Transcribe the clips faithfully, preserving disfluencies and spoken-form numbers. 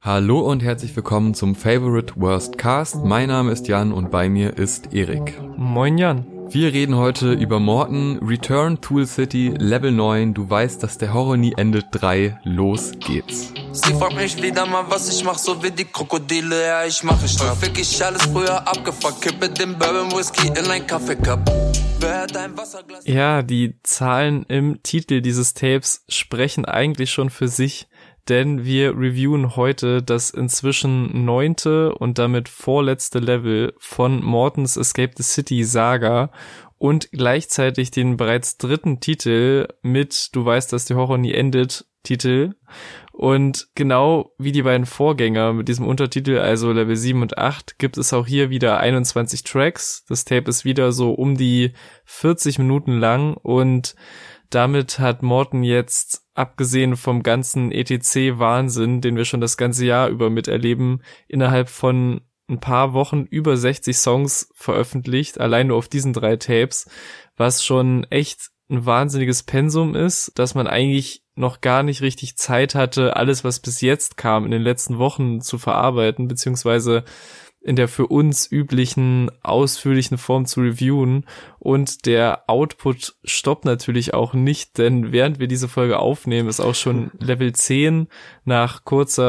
Hallo und herzlich willkommen zum Favorite Worst Cast. Mein Name ist Jan und bei mir ist Erik. Moin Jan. Wir reden heute über Morten, Return Tool City, Level neun, du weißt, dass der Horror nie endet, drei, los geht's. Sie fragt mich wieder mal, was ich mach, so wie die Krokodile, ja ich mache straff. Fick ich alles früher abgefuckt, kippe den Bourbon Whisky in ein Kaffeecup. Wer hat ein Wasserglas? Ja, die Zahlen im Titel dieses Tapes sprechen eigentlich schon für sich, denn wir reviewen heute das inzwischen neunte und damit vorletzte Level von Mortens Escape the City Saga und gleichzeitig den bereits dritten Titel mit Du weißt, dass der Horror nie endet Titel. Und genau wie die beiden Vorgänger mit diesem Untertitel, also Level sieben und acht, gibt es auch hier wieder einundzwanzig Tracks. Das Tape ist wieder so um die vierzig Minuten lang und damit hat Morten jetzt, abgesehen vom ganzen E T C-Wahnsinn, den wir schon das ganze Jahr über miterleben, innerhalb von ein paar Wochen über sechzig Songs veröffentlicht, allein nur auf diesen drei Tapes, was schon echt ein wahnsinniges Pensum ist, dass man eigentlich noch gar nicht richtig Zeit hatte, alles, was bis jetzt kam, in den letzten Wochen zu verarbeiten, beziehungsweise in der für uns üblichen, ausführlichen Form zu reviewen. Und der Output stoppt natürlich auch nicht, denn während wir diese Folge aufnehmen, ist auch schon Level zehn nach kurzer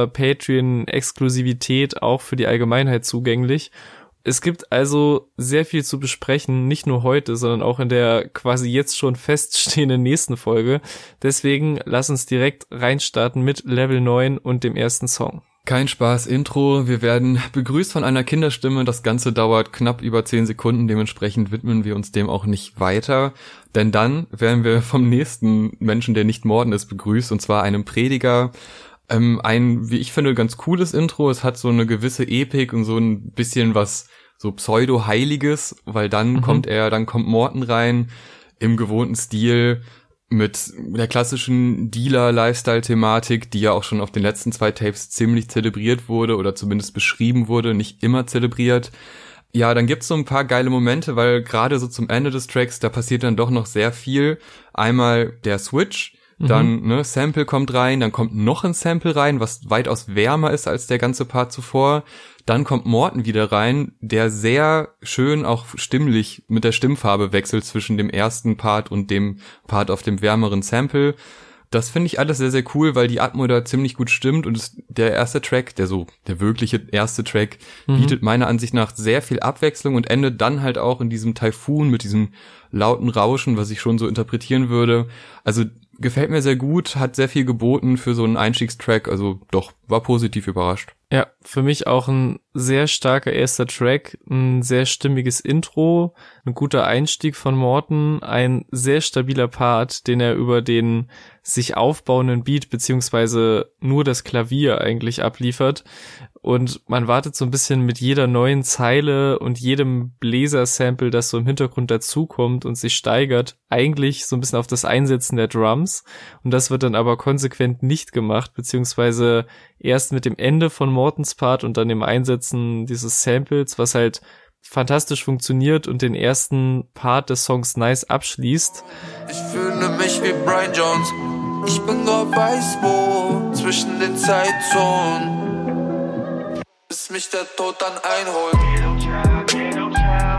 Patreon-Exklusivität auch für die Allgemeinheit zugänglich. Es gibt also sehr viel zu besprechen, nicht nur heute, sondern auch in der quasi jetzt schon feststehenden nächsten Folge. Deswegen lass uns direkt reinstarten mit Level neun und dem ersten Song. Kein Spaß, Intro. Wir werden begrüßt von einer Kinderstimme. Das Ganze dauert knapp über zehn Sekunden. Dementsprechend widmen wir uns dem auch nicht weiter. Denn dann werden wir vom nächsten Menschen, der nicht Morten ist, begrüßt. Und zwar einem Prediger. Ähm, ein, wie ich finde, ganz cooles Intro. Es hat so eine gewisse Epik und so ein bisschen was so Pseudo-Heiliges. Weil dann mhm. kommt er, dann kommt Morten rein im gewohnten Stil, mit der klassischen Dealer-Lifestyle-Thematik, die ja auch schon auf den letzten zwei Tapes ziemlich zelebriert wurde oder zumindest beschrieben wurde, nicht immer zelebriert. Ja, dann gibt's so ein paar geile Momente, weil gerade so zum Ende des Tracks, da passiert dann doch noch sehr viel. Einmal der Switch, mhm. dann ne, Sample kommt rein, dann kommt noch ein Sample rein, was weitaus wärmer ist als der ganze Part zuvor. Dann kommt Morten wieder rein, der sehr schön auch stimmlich mit der Stimmfarbe wechselt zwischen dem ersten Part und dem Part auf dem wärmeren Sample. Das finde ich alles sehr, sehr cool, weil die Atmo da ziemlich gut stimmt und es, der erste Track, der so, der wirkliche erste Track, mhm. bietet meiner Ansicht nach sehr viel Abwechslung und endet dann halt auch in diesem Taifun mit diesem lauten Rauschen, was ich schon so interpretieren würde. Also gefällt mir sehr gut, hat sehr viel geboten für so einen Einstiegstrack, also doch, war positiv überrascht. Ja, für mich auch ein sehr starker erster Track, ein sehr stimmiges Intro, ein guter Einstieg von Morten, ein sehr stabiler Part, den er über den sich aufbauenden Beat beziehungsweise nur das Klavier eigentlich abliefert. Und man wartet so ein bisschen mit jeder neuen Zeile und jedem Bläser-Sample, das so im Hintergrund dazukommt und sich steigert, eigentlich so ein bisschen auf das Einsetzen der Drums. Und das wird dann aber konsequent nicht gemacht, beziehungsweise erst mit dem Ende von Mortens Part und dann dem Einsetzen dieses Samples, was halt fantastisch funktioniert und den ersten Part des Songs nice abschließt. Ich fühle mich wie Brian Jones. Ich bin Gott weiß wo, zwischen den Zeitzonen, bis mich der Tod dann einholt.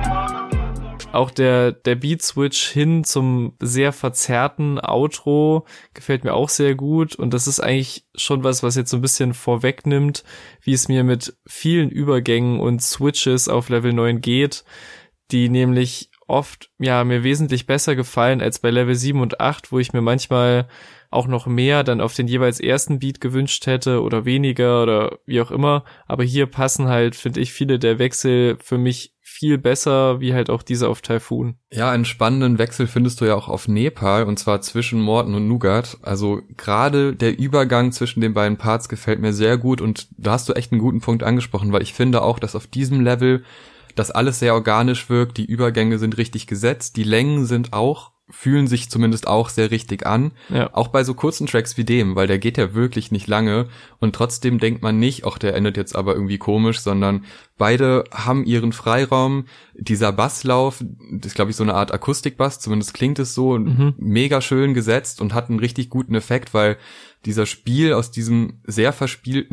Auch der der Beat-Switch hin zum sehr verzerrten Outro gefällt mir auch sehr gut und das ist eigentlich schon was, was jetzt so ein bisschen vorwegnimmt, wie es mir mit vielen Übergängen und Switches auf Level neun geht, die nämlich oft ja mir wesentlich besser gefallen als bei Level sieben und acht, wo ich mir manchmal auch noch mehr dann auf den jeweils ersten Beat gewünscht hätte oder weniger oder wie auch immer. Aber hier passen halt, finde ich, viele der Wechsel für mich viel besser, wie halt auch diese auf Taifun. Ja, einen spannenden Wechsel findest du ja auch auf Nepal und zwar zwischen Morten und Nougat. Also gerade der Übergang zwischen den beiden Parts gefällt mir sehr gut und da hast du echt einen guten Punkt angesprochen, weil ich finde auch, dass auf diesem Level das alles sehr organisch wirkt, die Übergänge sind richtig gesetzt, die Längen sind auch fühlen sich zumindest auch sehr richtig an. Ja. Auch bei so kurzen Tracks wie dem, weil der geht ja wirklich nicht lange und trotzdem denkt man nicht, ach, der endet jetzt aber irgendwie komisch, sondern beide haben ihren Freiraum. Dieser Basslauf, das ist glaube ich so eine Art Akustikbass, zumindest klingt es so, mhm. mega schön gesetzt und hat einen richtig guten Effekt, weil dieser Spiel aus diesem sehr verspielten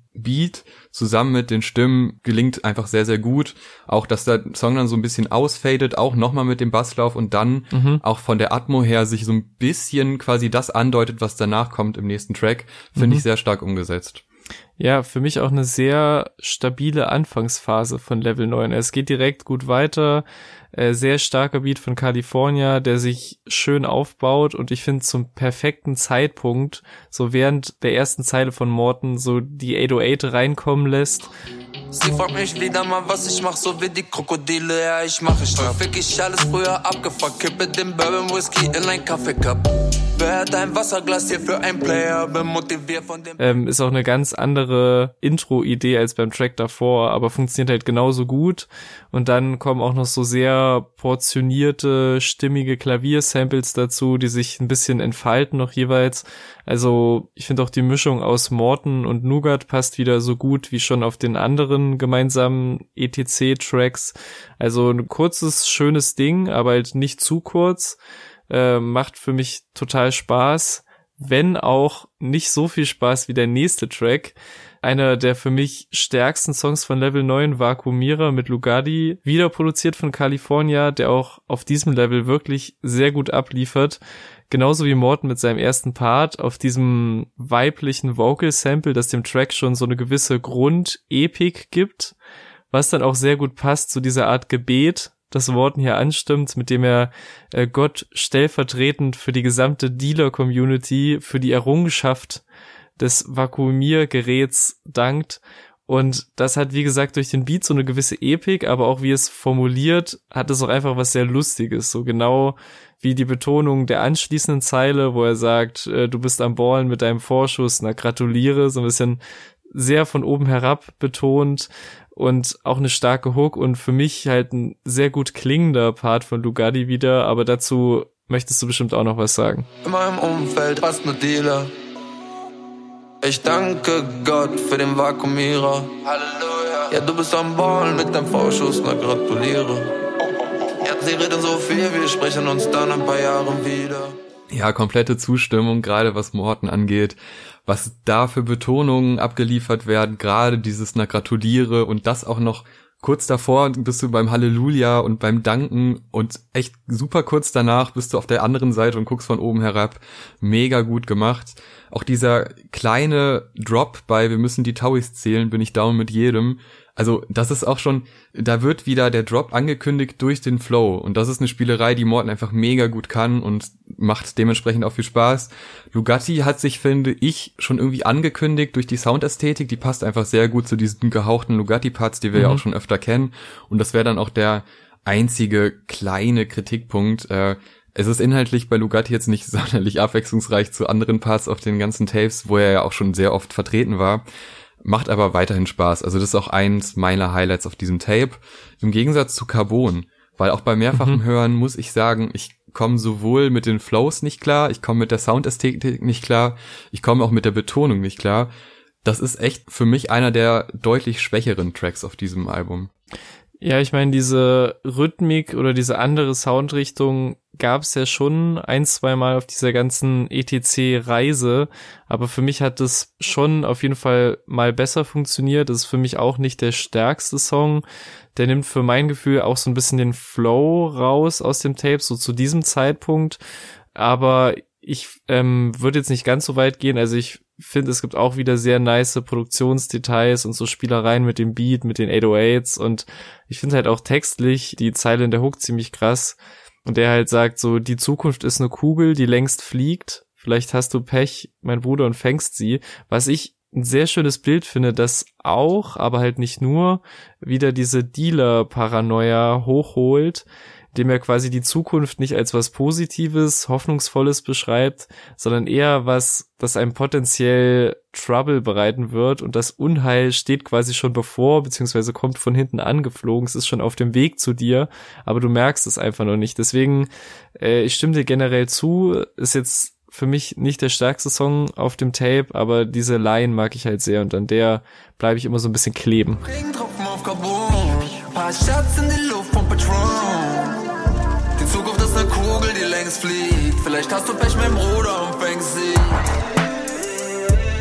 Beat zusammen mit den Stimmen gelingt einfach sehr, sehr gut. Auch, dass der Song dann so ein bisschen ausfadet, auch nochmal mit dem Basslauf und dann mhm. auch von der Atmo her sich so ein bisschen quasi das andeutet, was danach kommt im nächsten Track, finde mhm. ich sehr stark umgesetzt. Ja, für mich auch eine sehr stabile Anfangsphase von Level neun. Es geht direkt gut weiter, äh, sehr starker Beat von California, der sich schön aufbaut und ich finde zum perfekten Zeitpunkt, so während der ersten Zeile von Morten so die acht null acht reinkommen lässt. Sie fragt mich wieder mal, was ich mach, so wie die Krokodile, ja, ich mache Straf. Fick ich alles früher abgefuckt, kippe den Bourbon Whisky in ein Kaffeecup. Wer hat ein Wasserglas hier für einen Player, bin motiviert von dem... Ähm, ist auch eine ganz andere Intro-Idee als beim Track davor, aber funktioniert halt genauso gut. Und dann kommen auch noch so sehr portionierte, stimmige Klaviersamples dazu, die sich ein bisschen entfalten noch jeweils. Also ich finde auch die Mischung aus Morten und Nougat passt wieder so gut wie schon auf den anderen gemeinsamen E T C-Tracks. Also ein kurzes, schönes Ding, aber halt nicht zu kurz. Äh, macht für mich total Spaß, wenn auch nicht so viel Spaß wie der nächste Track. Einer der für mich stärksten Songs von Level neun, Vakuumierer mit Lugardi, wieder produziert von California, der auch auf diesem Level wirklich sehr gut abliefert. Genauso wie Morten mit seinem ersten Part auf diesem weiblichen Vocal-Sample, das dem Track schon so eine gewisse Grund-Epik gibt, was dann auch sehr gut passt zu dieser Art Gebet, das Morten hier anstimmt, mit dem er äh, Gott stellvertretend für die gesamte Dealer-Community, für die Errungenschaft des Vakuumiergeräts dankt. Und das hat, wie gesagt, durch den Beat so eine gewisse Epik, aber auch wie es formuliert, hat es auch einfach was sehr Lustiges. So genau wie die Betonung der anschließenden Zeile, wo er sagt, äh, du bist am Ballen mit deinem Vorschuss, na gratuliere, so ein bisschen sehr von oben herab betont. Und auch eine starke Hook und für mich halt ein sehr gut klingender Part von Lugardi wieder, aber dazu möchtest du bestimmt auch noch was sagen. In meinem Umfeld fast nur Dealer. Ich danke Gott für den Vakuumierer. Halleluja. Ja, du bist am Ballen mit deinem Vorschuss, na gratuliere. Ja, sie reden so viel, wir sprechen uns dann ein paar Jahren wieder. Ja, komplette Zustimmung, gerade was Morten angeht. Was da für Betonungen abgeliefert werden, gerade dieses na gratuliere und das auch noch kurz davor bist du beim Halleluja und beim Danken und echt super kurz danach bist du auf der anderen Seite und guckst von oben herab. Mega gut gemacht. Auch dieser kleine Drop bei wir müssen die Tauis zählen, bin ich down mit jedem. Also das ist auch schon, da wird wieder der Drop angekündigt durch den Flow und das ist eine Spielerei, die Morten einfach mega gut kann und macht dementsprechend auch viel Spaß. Lugardi hat sich, finde ich, schon irgendwie angekündigt durch die Soundästhetik, die passt einfach sehr gut zu diesen gehauchten Lugardi-Parts, die wir mhm. ja auch schon öfter kennen und das wäre dann auch der einzige kleine Kritikpunkt. Äh, es ist inhaltlich bei Lugardi jetzt nicht sonderlich abwechslungsreich zu anderen Parts auf den ganzen Tapes, wo er ja auch schon sehr oft vertreten war. Macht aber weiterhin Spaß. Also das ist auch eins meiner Highlights auf diesem Tape. Im Gegensatz zu Carbon, weil auch bei mehrfachem mhm. Hören muss ich sagen, ich komme sowohl mit den Flows nicht klar, ich komme mit der Soundästhetik nicht klar, ich komme auch mit der Betonung nicht klar. Das ist echt für mich einer der deutlich schwächeren Tracks auf diesem Album. Ja, ich meine, diese Rhythmik oder diese andere Soundrichtung gab es ja schon ein, zwei Mal auf dieser ganzen E T C-Reise, aber für mich hat das schon auf jeden Fall mal besser funktioniert. Das ist für mich auch nicht der stärkste Song. Der nimmt für mein Gefühl auch so ein bisschen den Flow raus aus dem Tape, so zu diesem Zeitpunkt, aber ich ähm, würde jetzt nicht ganz so weit gehen, also ich finde, es gibt auch wieder sehr nice Produktionsdetails und so Spielereien mit dem Beat, mit den acht null achts und ich finde halt auch textlich die Zeile in der Hook ziemlich krass und der halt sagt so, die Zukunft ist eine Kugel, die längst fliegt, vielleicht hast du Pech, mein Bruder, und fängst sie, was ich ein sehr schönes Bild finde, das auch, aber halt nicht nur, wieder diese Dealer-Paranoia hochholt, dem er quasi die Zukunft nicht als was Positives, Hoffnungsvolles beschreibt, sondern eher was, das einem potenziell Trouble bereiten wird und das Unheil steht quasi schon bevor, beziehungsweise kommt von hinten angeflogen, es ist schon auf dem Weg zu dir, aber du merkst es einfach noch nicht. Deswegen, äh, ich stimme dir generell zu, ist jetzt für mich nicht der stärkste Song auf dem Tape, aber diese Line mag ich halt sehr und an der bleibe ich immer so ein bisschen kleben. Regentropfen auf Carbon, paar Shots in die Luft von Patron. Die Zukunft ist eine Kugel, die längst fliegt. Vielleicht hast du Pech mit dem Bruder und fängst sie.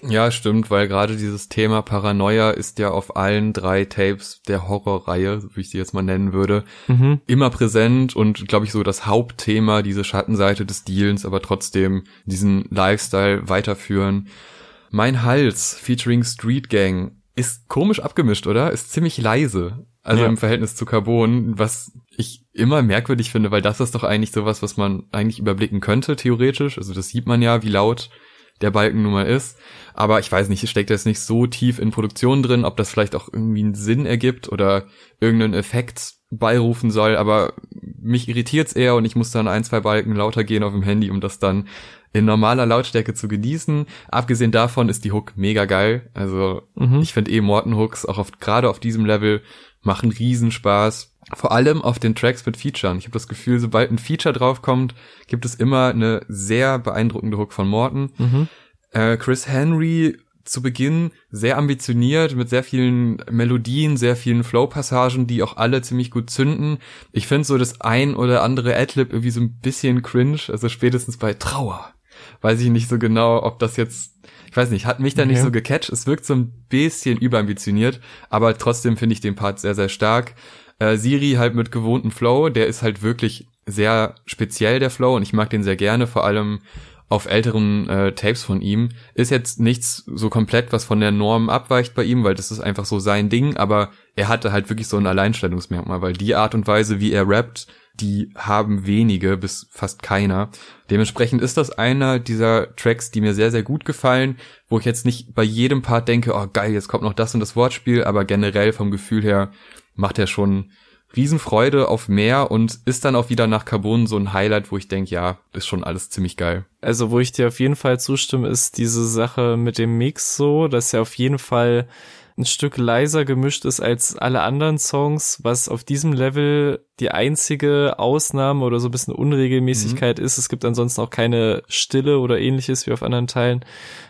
Ja, stimmt, weil gerade dieses Thema Paranoia ist ja auf allen drei Tapes der Horrorreihe, wie ich sie jetzt mal nennen würde, mhm. immer präsent und, glaube ich, so das Hauptthema, diese Schattenseite des Dealens, aber trotzdem diesen Lifestyle weiterführen. Mein Hals featuring Street Gang ist komisch abgemischt, oder? Ist ziemlich leise. Also ja. im Verhältnis zu Carbon, was ich immer merkwürdig finde, weil das ist doch eigentlich sowas, was man eigentlich überblicken könnte, theoretisch. Also das sieht man ja, wie laut der Balken nun mal ist. Aber ich weiß nicht, es steckt jetzt nicht so tief in Produktion drin, ob das vielleicht auch irgendwie einen Sinn ergibt oder irgendeinen Effekt beirufen soll. Aber mich irritiert's eher und ich muss dann ein, zwei Balken lauter gehen auf dem Handy, um das dann in normaler Lautstärke zu genießen. Abgesehen davon ist die Hook mega geil. Also mhm. ich finde eh Morten-Hooks auch auf, gerade auf diesem Level machen Riesenspaß. Vor allem auf den Tracks mit Featuren. Ich habe das Gefühl, sobald ein Feature draufkommt, gibt es immer eine sehr beeindruckende Hook von Morten. Mhm. Äh, Chris Henry zu Beginn sehr ambitioniert, mit sehr vielen Melodien, sehr vielen Flow-Passagen, die auch alle ziemlich gut zünden. Ich finde so das ein oder andere Adlib irgendwie so ein bisschen cringe, also spätestens bei Trauer. Weiß ich nicht so genau, ob das jetzt, ich weiß nicht, hat mich da okay. nicht so gecatcht. Es wirkt so ein bisschen überambitioniert, aber trotzdem finde ich den Part sehr, sehr stark. Äh, Siri halt mit gewohntem Flow, der ist halt wirklich sehr speziell, der Flow, und ich mag den sehr gerne, vor allem auf älteren äh, Tapes von ihm. Ist jetzt nichts so komplett, was von der Norm abweicht bei ihm, weil das ist einfach so sein Ding, aber er hatte halt wirklich so ein Alleinstellungsmerkmal, weil die Art und Weise, wie er rappt, die haben wenige bis fast keiner. Dementsprechend ist das einer dieser Tracks, die mir sehr, sehr gut gefallen, wo ich jetzt nicht bei jedem Part denke, oh geil, jetzt kommt noch das und das Wortspiel, aber generell vom Gefühl her macht er schon Riesenfreude auf mehr und ist dann auch wieder nach Carbon so ein Highlight, wo ich denke, ja, ist schon alles ziemlich geil. Also wo ich dir auf jeden Fall zustimme, ist diese Sache mit dem Mix so, dass er auf jeden Fall ein Stück leiser gemischt ist als alle anderen Songs, was auf diesem Level die einzige Ausnahme oder so ein bisschen Unregelmäßigkeit mhm. ist. Es gibt ansonsten auch keine Stille oder ähnliches wie auf anderen Teilen.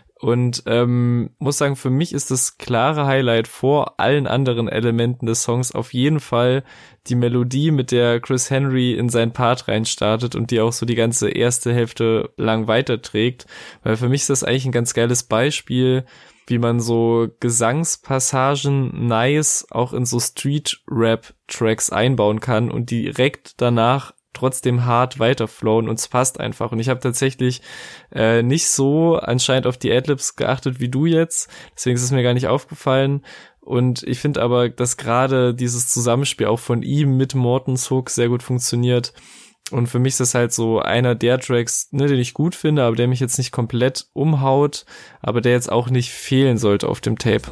Und ähm, muss sagen, für mich ist das klare Highlight vor allen anderen Elementen des Songs auf jeden Fall die Melodie, mit der Chris Henry in seinen Part reinstartet und die auch so die ganze erste Hälfte lang weiterträgt. Weil für mich ist das eigentlich ein ganz geiles Beispiel, wie man so Gesangspassagen nice auch in so Street-Rap-Tracks einbauen kann und direkt danach trotzdem hart weiterflowen, und es passt einfach. Und ich habe tatsächlich äh, nicht so anscheinend auf die Adlibs geachtet wie du jetzt, deswegen ist es mir gar nicht aufgefallen. Und ich finde aber, dass gerade dieses Zusammenspiel auch von ihm mit Mortens Hook sehr gut funktioniert. Und für mich ist das halt so einer der Tracks, ne, den ich gut finde, aber der mich jetzt nicht komplett umhaut, aber der jetzt auch nicht fehlen sollte auf dem Tape.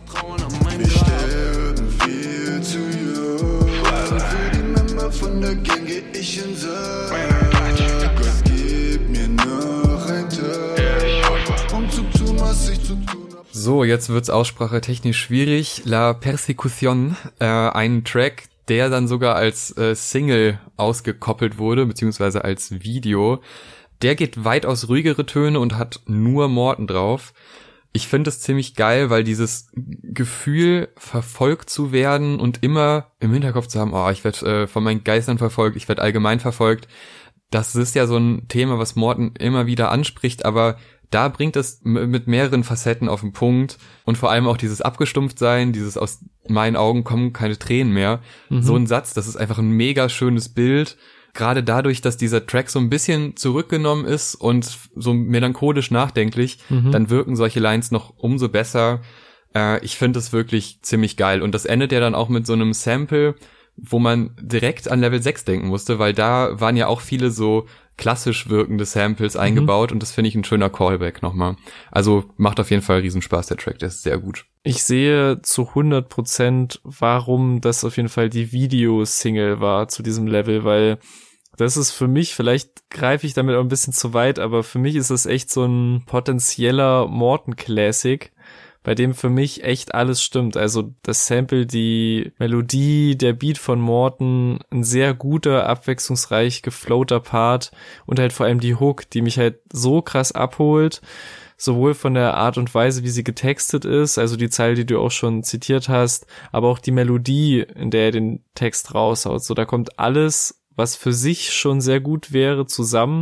So, jetzt wird's aussprachetechnisch schwierig. La Persecución, äh, ein Track, der dann sogar als äh, Single ausgekoppelt wurde, beziehungsweise als Video. Der geht weitaus ruhigere Töne und hat nur Morten drauf. Ich finde es ziemlich geil, weil dieses Gefühl, verfolgt zu werden und immer im Hinterkopf zu haben, oh, ich werde äh, von meinen Geistern verfolgt, ich werde allgemein verfolgt, das ist ja so ein Thema, was Morten immer wieder anspricht, aber da bringt es m- mit mehreren Facetten auf den Punkt, und vor allem auch dieses Abgestumpftsein, dieses aus meinen Augen kommen keine Tränen mehr. Mhm. So ein Satz, das ist einfach ein mega schönes Bild. Gerade dadurch, dass dieser Track so ein bisschen zurückgenommen ist und so melancholisch nachdenklich, mhm. dann wirken solche Lines noch umso besser. Äh, ich finde es wirklich ziemlich geil. Und das endet ja dann auch mit so einem Sample, wo man direkt an Level sechs denken musste, weil da waren ja auch viele so klassisch wirkende Samples mhm. eingebaut, und das finde ich ein schöner Callback nochmal. Also macht auf jeden Fall Riesenspaß, der Track, der ist sehr gut. Ich sehe zu hundert Prozent, warum das auf jeden Fall die Videosingle war zu diesem Level, weil das ist für mich, vielleicht greife ich damit auch ein bisschen zu weit, aber für mich ist das echt so ein potenzieller Morten-Classic, bei dem für mich echt alles stimmt. Also das Sample, die Melodie, der Beat von Morten, ein sehr guter, abwechslungsreich geflowter Part und halt vor allem die Hook, die mich halt so krass abholt, sowohl von der Art und Weise, wie sie getextet ist, also die Zeile, die du auch schon zitiert hast, aber auch die Melodie, in der er den Text raushaut. So, da kommt alles, was für sich schon sehr gut wäre, zusammen,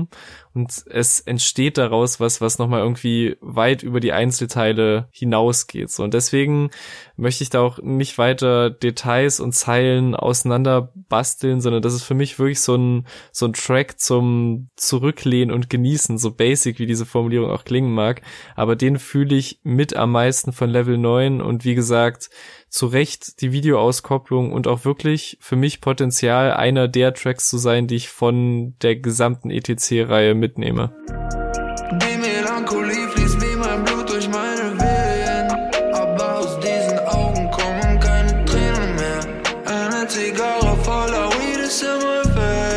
und es entsteht daraus was, was nochmal irgendwie weit über die Einzelteile hinausgeht. So, und deswegen möchte ich da auch nicht weiter Details und Zeilen auseinander basteln, sondern das ist für mich wirklich so ein, so ein Track zum Zurücklehnen und Genießen, so basic, wie diese Formulierung auch klingen mag. Aber den fühle ich mit am meisten von Level neun und wie gesagt, zu Recht die Videoauskopplung und auch wirklich für mich Potenzial, einer der Tracks zu sein, die ich von der gesamten E T C-Reihe mitnehme. Die Melancholie fließt wie mein Blut durch meine Venen, aber aus diesen Augen kommen keine Tränen mehr. Eine Zigarre voller Weed ist in my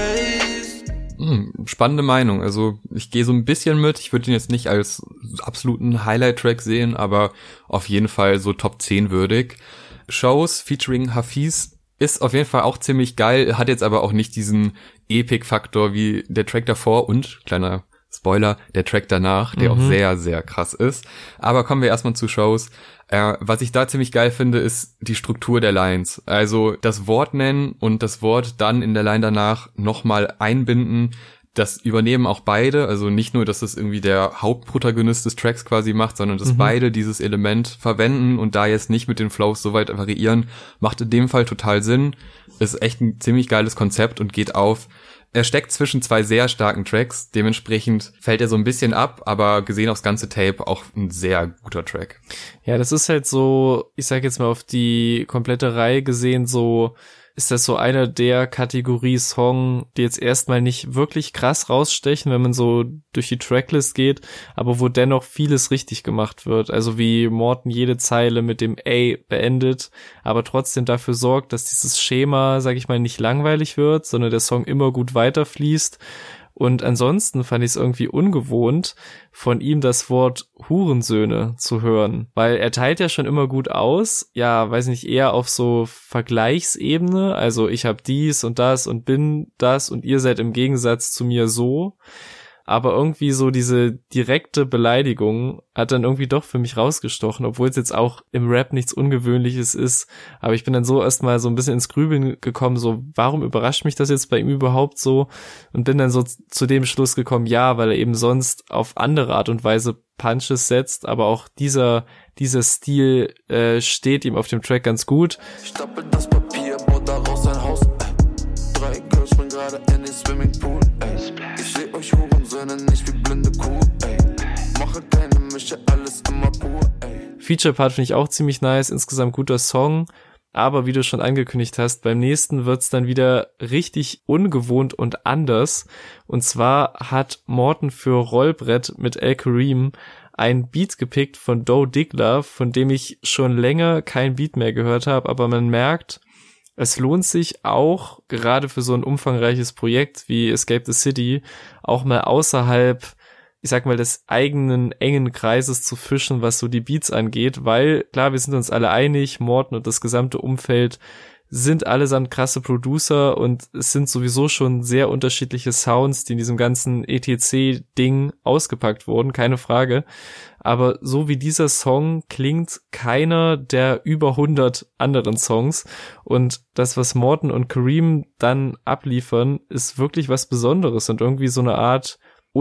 face. Hm, spannende Meinung. Also ich gehe so ein bisschen mit. Ich würde ihn jetzt nicht als absoluten Highlight-Track sehen, aber auf jeden Fall so Top zehn würdig. Shows featuring Hafiz ist auf jeden Fall auch ziemlich geil, hat jetzt aber auch nicht diesen Epic-Faktor wie der Track davor und, kleiner Spoiler, der Track danach, der mhm. auch sehr, sehr krass ist. Aber kommen wir erstmal zu Shows. Äh, was ich da ziemlich geil finde, ist die Struktur der Lines. Also das Wort nennen und das Wort dann in der Line danach nochmal einbinden. Das übernehmen auch beide, also nicht nur, dass das irgendwie der Hauptprotagonist des Tracks quasi macht, sondern dass mhm. beide dieses Element verwenden und da jetzt nicht mit den Flows so weit variieren, macht in dem Fall total Sinn. Ist echt ein ziemlich geiles Konzept und geht auf. Er steckt zwischen zwei sehr starken Tracks, dementsprechend fällt er so ein bisschen ab, aber gesehen aufs ganze Tape auch ein sehr guter Track. Ja, das ist halt so, ich sag jetzt mal auf die komplette Reihe gesehen, so ist das so einer der Kategorie-Song, die jetzt erstmal nicht wirklich krass rausstechen, wenn man so durch die Tracklist geht, aber wo dennoch vieles richtig gemacht wird. Also wie Morten jede Zeile mit dem A beendet, aber trotzdem dafür sorgt, dass dieses Schema, sag ich mal, nicht langweilig wird, sondern der Song immer gut weiterfließt. Und ansonsten fand ich es irgendwie ungewohnt, von ihm das Wort Hurensöhne zu hören, weil er teilt ja schon immer gut aus, ja, weiß nicht, eher auf so Vergleichsebene, also ich habe dies und das und bin das und ihr seid im Gegensatz zu mir so, aber irgendwie so diese direkte Beleidigung hat dann irgendwie doch für mich rausgestochen, obwohl es jetzt auch im Rap nichts Ungewöhnliches ist, aber ich bin dann so erstmal so ein bisschen ins Grübeln gekommen, so warum überrascht mich das jetzt bei ihm überhaupt so, und bin dann so zu dem Schluss gekommen, ja, weil er eben sonst auf andere Art und Weise Punches setzt, aber auch dieser dieser Stil äh, steht ihm auf dem Track ganz gut. Ich stapel das Papier, baue daraus ein Haus, ey. Drei Girls springen gerade in den Swimmingpool, ey. Ich seh euch Hurensöhne nicht wie blinde Kuh, ey. Mache keine Mische, alles immer pur, ey. Feature-Part finde ich auch ziemlich nice, insgesamt guter Song, aber wie du schon angekündigt hast, beim nächsten wird's dann wieder richtig ungewohnt und anders, und zwar hat Morten für Rollbrett mit El Kareem ein Beat gepickt von Doe Diggler, von dem ich schon länger kein Beat mehr gehört habe, aber man merkt, es lohnt sich auch, gerade für so ein umfangreiches Projekt wie Escape the City, auch mal außerhalb, ich sag mal, des eigenen engen Kreises zu fischen, was so die Beats angeht, weil, klar, wir sind uns alle einig, Morten und das gesamte Umfeld sind allesamt krasse Producer und es sind sowieso schon sehr unterschiedliche Sounds, die in diesem ganzen E T C-Ding ausgepackt wurden, keine Frage. Aber so wie dieser Song klingt keiner der über hundert anderen Songs, und das, was Morten und Kareem dann abliefern, ist wirklich was Besonderes und irgendwie so eine Art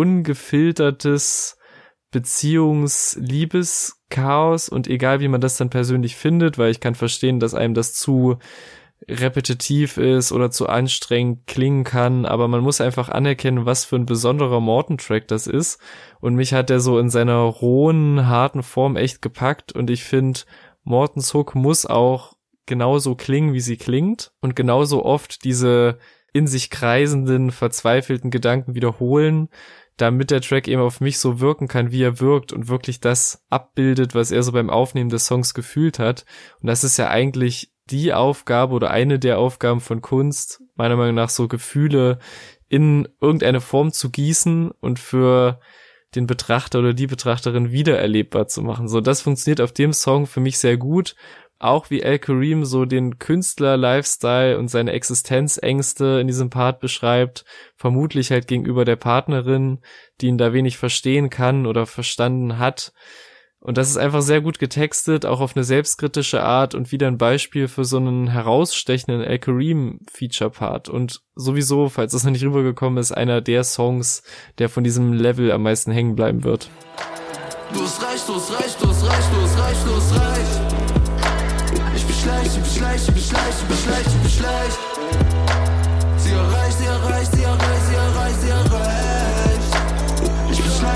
ungefiltertes Beziehungs-Liebes-Chaos, und egal wie man das dann persönlich findet, weil ich kann verstehen, dass einem das zu repetitiv ist oder zu anstrengend klingen kann, aber man muss einfach anerkennen, was für ein besonderer Morten-Track das ist, und mich hat der so in seiner rohen, harten Form echt gepackt, und ich finde, Mortens Hook muss auch genauso klingen, wie sie klingt, und genauso oft diese in sich kreisenden, verzweifelten Gedanken wiederholen, damit der Track eben auf mich so wirken kann, wie er wirkt und wirklich das abbildet, was er so beim Aufnehmen des Songs gefühlt hat. Und das ist ja eigentlich die Aufgabe oder eine der Aufgaben von Kunst, meiner Meinung nach, so Gefühle in irgendeine Form zu gießen und für den Betrachter oder die Betrachterin wiedererlebbar zu machen. So, das funktioniert auf dem Song für mich sehr gut. Auch wie El Kareem so den Künstler-Lifestyle und seine Existenzängste in diesem Part beschreibt, vermutlich halt gegenüber der Partnerin, die ihn da wenig verstehen kann oder verstanden hat. Und das ist einfach sehr gut getextet, auch auf eine selbstkritische Art und wieder ein Beispiel für so einen herausstechenden Al Kareem-Feature-Part. Und sowieso, falls das noch nicht rübergekommen ist, einer der Songs, der von diesem Level am meisten hängen bleiben wird. Du hast reich, du hast reich, du hast reich, du hast reich, du hast reich. Ich beschleich, ich beschleich, ich beschleich, ich beschleich, ich beschleich. Sie erreicht, sie erreicht, sie erreicht, sie erreicht, sie erreicht. Ich beschleich.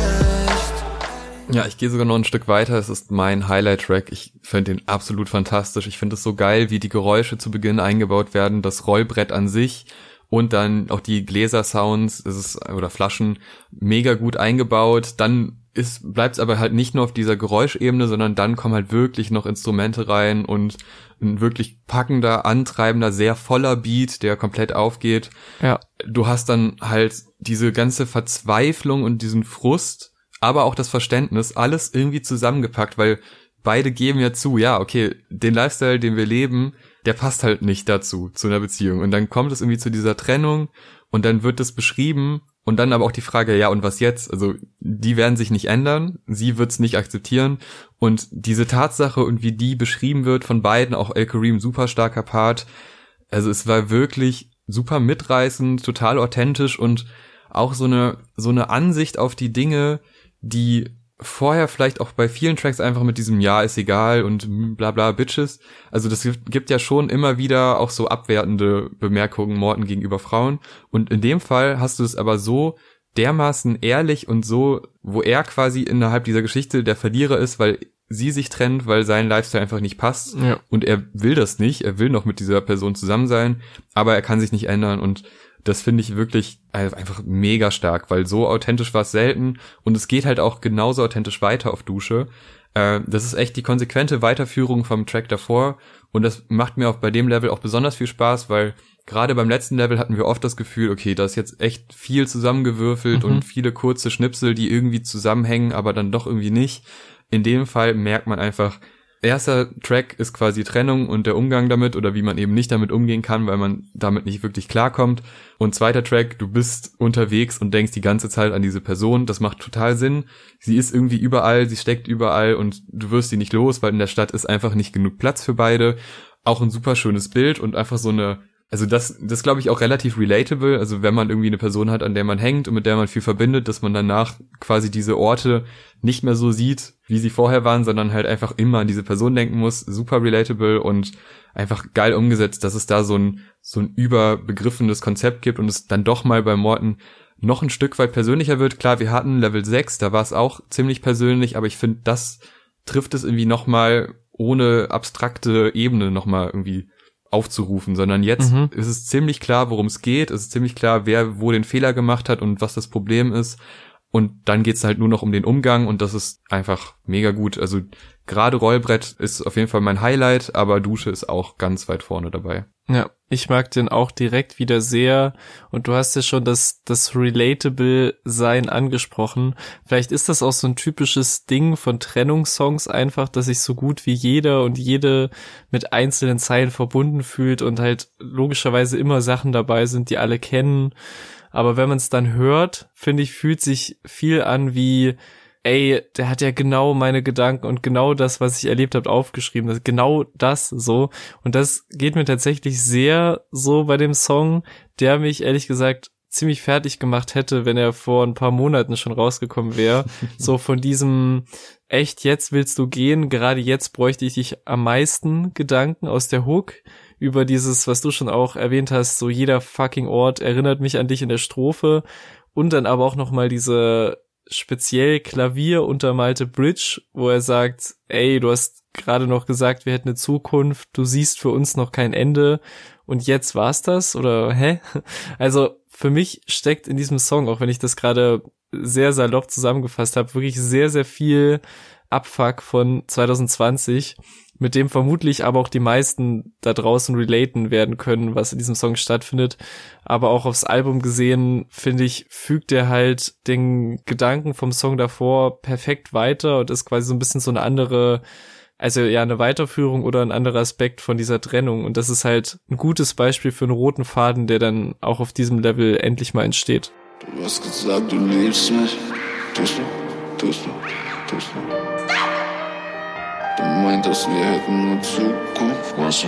Ja, ich gehe sogar noch ein Stück weiter. Es ist mein Highlight-Track. Ich finde den absolut fantastisch. Ich finde es so geil, wie die Geräusche zu Beginn eingebaut werden, das Rollbrett an sich und dann auch die Gläser-Sounds, es ist, oder Flaschen, mega gut eingebaut. Dann ist, bleibt's aber halt nicht nur auf dieser Geräuschebene, sondern dann kommen halt wirklich noch Instrumente rein und ein wirklich packender, antreibender, sehr voller Beat, der komplett aufgeht. Ja. Du hast dann halt diese ganze Verzweiflung und diesen Frust, aber auch das Verständnis, alles irgendwie zusammengepackt, weil beide geben ja zu, ja, okay, den Lifestyle, den wir leben, der passt halt nicht dazu, zu einer Beziehung. Und dann kommt es irgendwie zu dieser Trennung und dann wird es beschrieben und dann aber auch die Frage, ja, und was jetzt? Also, die werden sich nicht ändern, sie wird's nicht akzeptieren und diese Tatsache und wie die beschrieben wird von beiden, auch Al Kareem, super starker Part, also es war wirklich super mitreißend, total authentisch und auch so eine, so eine Ansicht auf die Dinge, die vorher vielleicht auch bei vielen Tracks einfach mit diesem Ja, ist egal und bla bla Bitches, also das gibt ja schon immer wieder auch so abwertende Bemerkungen Morten gegenüber Frauen und in dem Fall hast du es aber so dermaßen ehrlich und so, wo er quasi innerhalb dieser Geschichte der Verlierer ist, weil sie sich trennt, weil sein Lifestyle einfach nicht passt ja. Und er will das nicht, er will noch mit dieser Person zusammen sein, aber er kann sich nicht ändern und das finde ich wirklich einfach mega stark, weil so authentisch war es selten und es geht halt auch genauso authentisch weiter auf Dusche. Äh, das ist echt die konsequente Weiterführung vom Track davor und das macht mir auch bei dem Level auch besonders viel Spaß, weil gerade beim letzten Level hatten wir oft das Gefühl, okay, da ist jetzt echt viel zusammengewürfelt mhm. und viele kurze Schnipsel, die irgendwie zusammenhängen, aber dann doch irgendwie nicht. In dem Fall merkt man einfach, erster Track ist quasi Trennung und der Umgang damit oder wie man eben nicht damit umgehen kann, weil man damit nicht wirklich klarkommt. Und zweiter Track, du bist unterwegs und denkst die ganze Zeit an diese Person. Das macht total Sinn. Sie ist irgendwie überall, sie steckt überall und du wirst sie nicht los, weil in der Stadt ist einfach nicht genug Platz für beide. Auch ein super schönes Bild und einfach so eine, also das, das glaube ich auch relativ relatable. Also wenn man irgendwie eine Person hat, an der man hängt und mit der man viel verbindet, dass man danach quasi diese Orte nicht mehr so sieht, wie sie vorher waren, sondern halt einfach immer an diese Person denken muss. Super relatable und einfach geil umgesetzt, dass es da so ein, so ein überbegriffenes Konzept gibt und es dann doch mal bei Morten noch ein Stück weit persönlicher wird. Klar, wir hatten Level sechs, da war es auch ziemlich persönlich, aber ich finde, das trifft es irgendwie nochmal ohne abstrakte Ebene nochmal irgendwie aufzurufen, sondern jetzt mhm. ist es ziemlich klar, worum es geht, es ist ziemlich klar, wer wo den Fehler gemacht hat und was das Problem ist und dann geht's halt nur noch um den Umgang und das ist einfach mega gut, also gerade Rollbrett ist auf jeden Fall mein Highlight, aber Dusche ist auch ganz weit vorne dabei. Ja, ich mag den auch direkt wieder sehr und du hast ja schon das das Relatable-Sein angesprochen. Vielleicht ist das auch so ein typisches Ding von Trennungssongs einfach, dass sich so gut wie jeder und jede mit einzelnen Zeilen verbunden fühlt und halt logischerweise immer Sachen dabei sind, die alle kennen. Aber wenn man es dann hört, finde ich, fühlt sich viel an wie ey, der hat ja genau meine Gedanken und genau das, was ich erlebt habe, aufgeschrieben. Das, genau das so. Und das geht mir tatsächlich sehr so bei dem Song, der mich ehrlich gesagt ziemlich fertig gemacht hätte, wenn er vor ein paar Monaten schon rausgekommen wäre. So von diesem, echt, jetzt willst du gehen, gerade jetzt bräuchte ich dich am meisten Gedanken aus der Hook. Über dieses, was du schon auch erwähnt hast, so jeder fucking Ort erinnert mich an dich in der Strophe. Und dann aber auch nochmal diese speziell Klavier untermalte Bridge, wo er sagt, ey, du hast gerade noch gesagt, wir hätten eine Zukunft, du siehst für uns noch kein Ende und jetzt war's das? Oder hä? Also für mich steckt in diesem Song, auch wenn ich das gerade sehr salopp zusammengefasst habe, wirklich sehr, sehr viel Abfuck von zwanzig zwanzig, mit dem vermutlich aber auch die meisten da draußen relaten werden können, was in diesem Song stattfindet. Aber auch aufs Album gesehen, finde ich, fügt er halt den Gedanken vom Song davor perfekt weiter und ist quasi so ein bisschen so eine andere, also ja, eine Weiterführung oder ein anderer Aspekt von dieser Trennung. Und das ist halt ein gutes Beispiel für einen roten Faden, der dann auch auf diesem Level endlich mal entsteht. Du hast gesagt, du liebst mich. Tust du, tust du, tust du. Du meintest, wir hätten eine Zukunft, weißt du?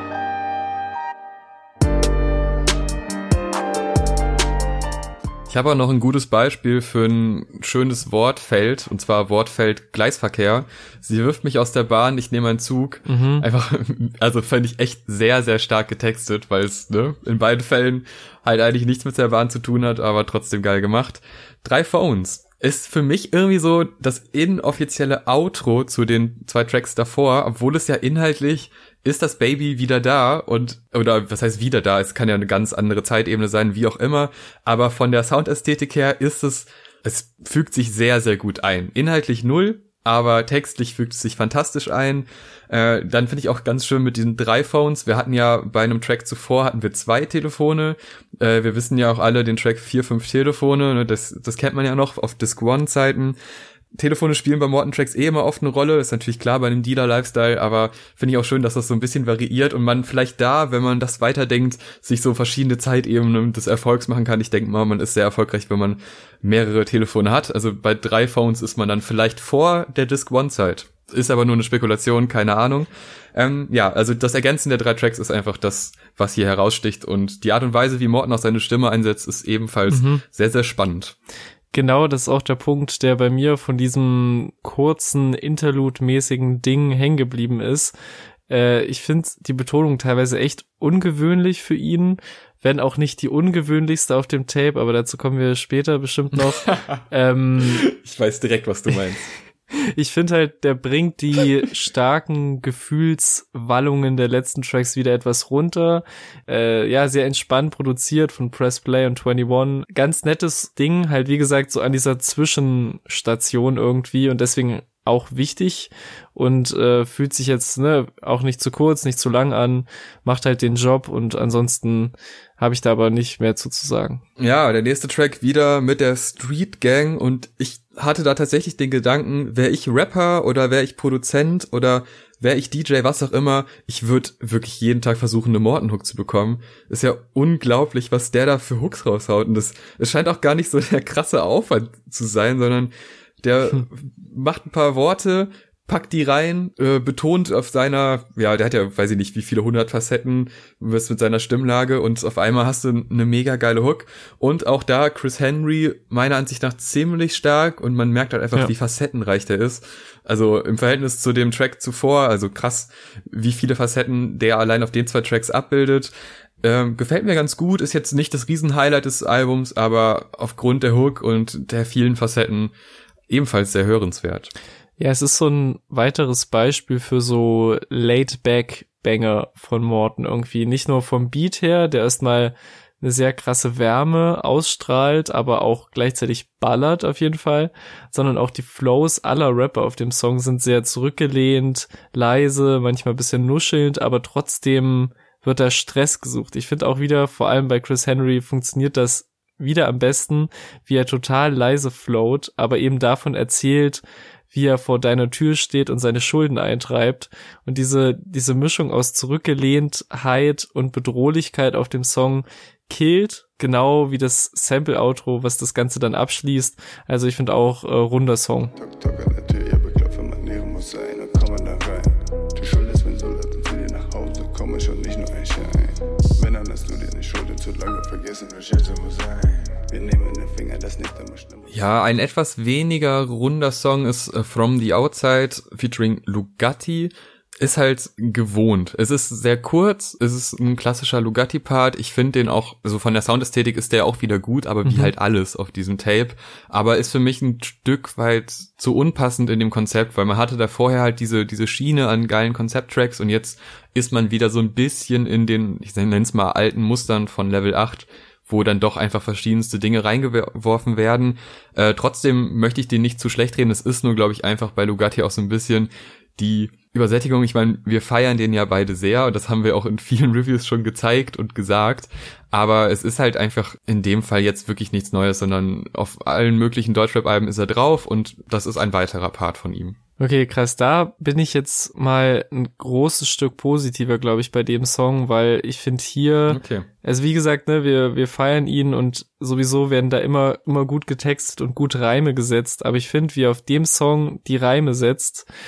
Ich habe auch noch ein gutes Beispiel für ein schönes Wortfeld, und zwar Wortfeld Gleisverkehr. Sie wirft mich aus der Bahn, ich nehme einen Zug. Mhm. Einfach, also fand ich echt sehr, sehr stark getextet, weil es ne, in beiden Fällen halt eigentlich nichts mit der Bahn zu tun hat, aber trotzdem geil gemacht. Drei Phones ist für mich irgendwie so das inoffizielle Outro zu den zwei Tracks davor, obwohl es ja inhaltlich ist das Baby wieder da und, oder was heißt wieder da, es kann ja eine ganz andere Zeitebene sein, wie auch immer, aber von der Soundästhetik her ist es, es fügt sich sehr, sehr gut ein. Inhaltlich null, aber textlich fügt es sich fantastisch ein. Äh, dann finde ich auch ganz schön mit diesen drei Phones. Wir hatten ja bei einem Track zuvor hatten wir zwei Telefone. Äh, wir wissen ja auch alle den Track vier, fünf Telefone. Ne? Das, das kennt man ja noch auf Disc One Zeiten. Telefone spielen bei Morton-Tracks eh immer oft eine Rolle, ist natürlich klar bei einem Dealer-Lifestyle, aber finde ich auch schön, dass das so ein bisschen variiert und man vielleicht da, wenn man das weiterdenkt, sich so verschiedene Zeitebenen des Erfolgs machen kann. Ich denke mal, man ist sehr erfolgreich, wenn man mehrere Telefone hat. Also bei drei Phones ist man dann vielleicht vor der Disc-One-Zeit. Ist aber nur eine Spekulation, keine Ahnung. Ähm, ja, also das Ergänzen der drei Tracks ist einfach das, was hier heraussticht und die Art und Weise, wie Morton auch seine Stimme einsetzt, ist ebenfalls mhm. sehr, sehr spannend. Genau, das ist auch der Punkt, der bei mir von diesem kurzen Interlude-mäßigen Ding hängen geblieben ist. Äh, ich finde die Betonung teilweise echt ungewöhnlich für ihn, wenn auch nicht die ungewöhnlichste auf dem Tape, aber dazu kommen wir später bestimmt noch. ähm, ich weiß direkt, was du meinst. Ich finde halt, der bringt die starken Gefühlswallungen der letzten Tracks wieder etwas runter. Äh, ja, sehr entspannt produziert von Press Play und einundzwanzig. Ganz nettes Ding, halt wie gesagt, so an dieser Zwischenstation irgendwie und deswegen auch wichtig und äh, fühlt sich jetzt ne auch nicht zu kurz, nicht zu lang an, macht halt den Job und ansonsten habe ich da aber nicht mehr zu, zu sagen. Ja, der nächste Track wieder mit der Street Gang und ich hatte da tatsächlich den Gedanken, wäre ich Rapper oder wäre ich Produzent oder wäre ich D J, was auch immer, ich würde wirklich jeden Tag versuchen, eine Morton-Hook zu bekommen. Ist ja unglaublich, was der da für Hooks raushaut und das, es scheint auch gar nicht so der krasse Aufwand zu sein, sondern der hm. macht ein paar Worte, packt die rein, äh, betont auf seiner, ja, der hat ja, weiß ich nicht, wie viele hundert Facetten, was mit seiner Stimmlage und auf einmal hast du eine mega geile Hook und auch da Chris Henry meiner Ansicht nach ziemlich stark und man merkt halt einfach, ja. wie facettenreich der ist. Also im Verhältnis zu dem Track zuvor, also krass, wie viele Facetten der allein auf den zwei Tracks abbildet. Ähm, gefällt mir ganz gut, ist jetzt nicht das Riesen-Highlight des Albums, aber aufgrund der Hook und der vielen Facetten ebenfalls sehr hörenswert. Ja, es ist so ein weiteres Beispiel für so Laid-Back-Banger von Morton irgendwie. Nicht nur vom Beat her, der erstmal eine sehr krasse Wärme ausstrahlt, aber auch gleichzeitig ballert auf jeden Fall, sondern auch die Flows aller Rapper auf dem Song sind sehr zurückgelehnt, leise, manchmal ein bisschen nuschelnd, aber trotzdem wird da Stress gesucht. Ich finde auch wieder, vor allem bei Chris Henry funktioniert das wieder am besten, wie er total leise float, aber eben davon erzählt, wie er vor deiner Tür steht und seine Schulden eintreibt. Und diese diese Mischung aus Zurückgelehntheit und Bedrohlichkeit auf dem Song killt, genau wie das Sample-Outro, was das Ganze dann abschließt. Also ich finde auch äh, runder Song. Tok, tok an der Tür, ja, beklopfen, man näher muss sein, und komm mal da rein. Du schuldest, wenn so laut und zu dir nach Hause komme schon nicht nur ein Schein. Wenn dann hast du dir eine Schulden zu lange vergessen, was Schätze muss sein. Wir nehmen den Finger, das nicht immer schlimm. Ja, ein etwas weniger runder Song ist uh, From the Outside featuring Lugatti. Ist halt gewohnt. Es ist sehr kurz, es ist ein klassischer Lugatti-Part. Ich finde den auch, also von der Soundästhetik ist der auch wieder gut, aber wie mhm. halt alles auf diesem Tape. Aber ist für mich ein Stück weit zu unpassend in dem Konzept, weil man hatte da vorher halt diese diese Schiene an geilen Konzepttracks und jetzt ist man wieder so ein bisschen in den, ich nenne es mal, alten Mustern von Level acht, wo dann doch einfach verschiedenste Dinge reingeworfen werden. Äh, trotzdem möchte ich den nicht zu schlecht reden. Es ist nur, glaube ich, einfach bei Lugatti auch so ein bisschen die Übersättigung. Ich meine, wir feiern den ja beide sehr und das haben wir auch in vielen Reviews schon gezeigt und gesagt. Aber es ist halt einfach in dem Fall jetzt wirklich nichts Neues, sondern auf allen möglichen Deutschrap-Alben ist er drauf und das ist ein weiterer Part von ihm. Okay, krass. Da bin ich jetzt mal ein großes Stück positiver, glaube ich, bei dem Song, weil ich finde hier, okay. also wie gesagt, ne, wir wir feiern ihn und sowieso werden da immer immer gut getextet und gut Reime gesetzt, aber ich finde, wie er auf dem Song die Reime setzt,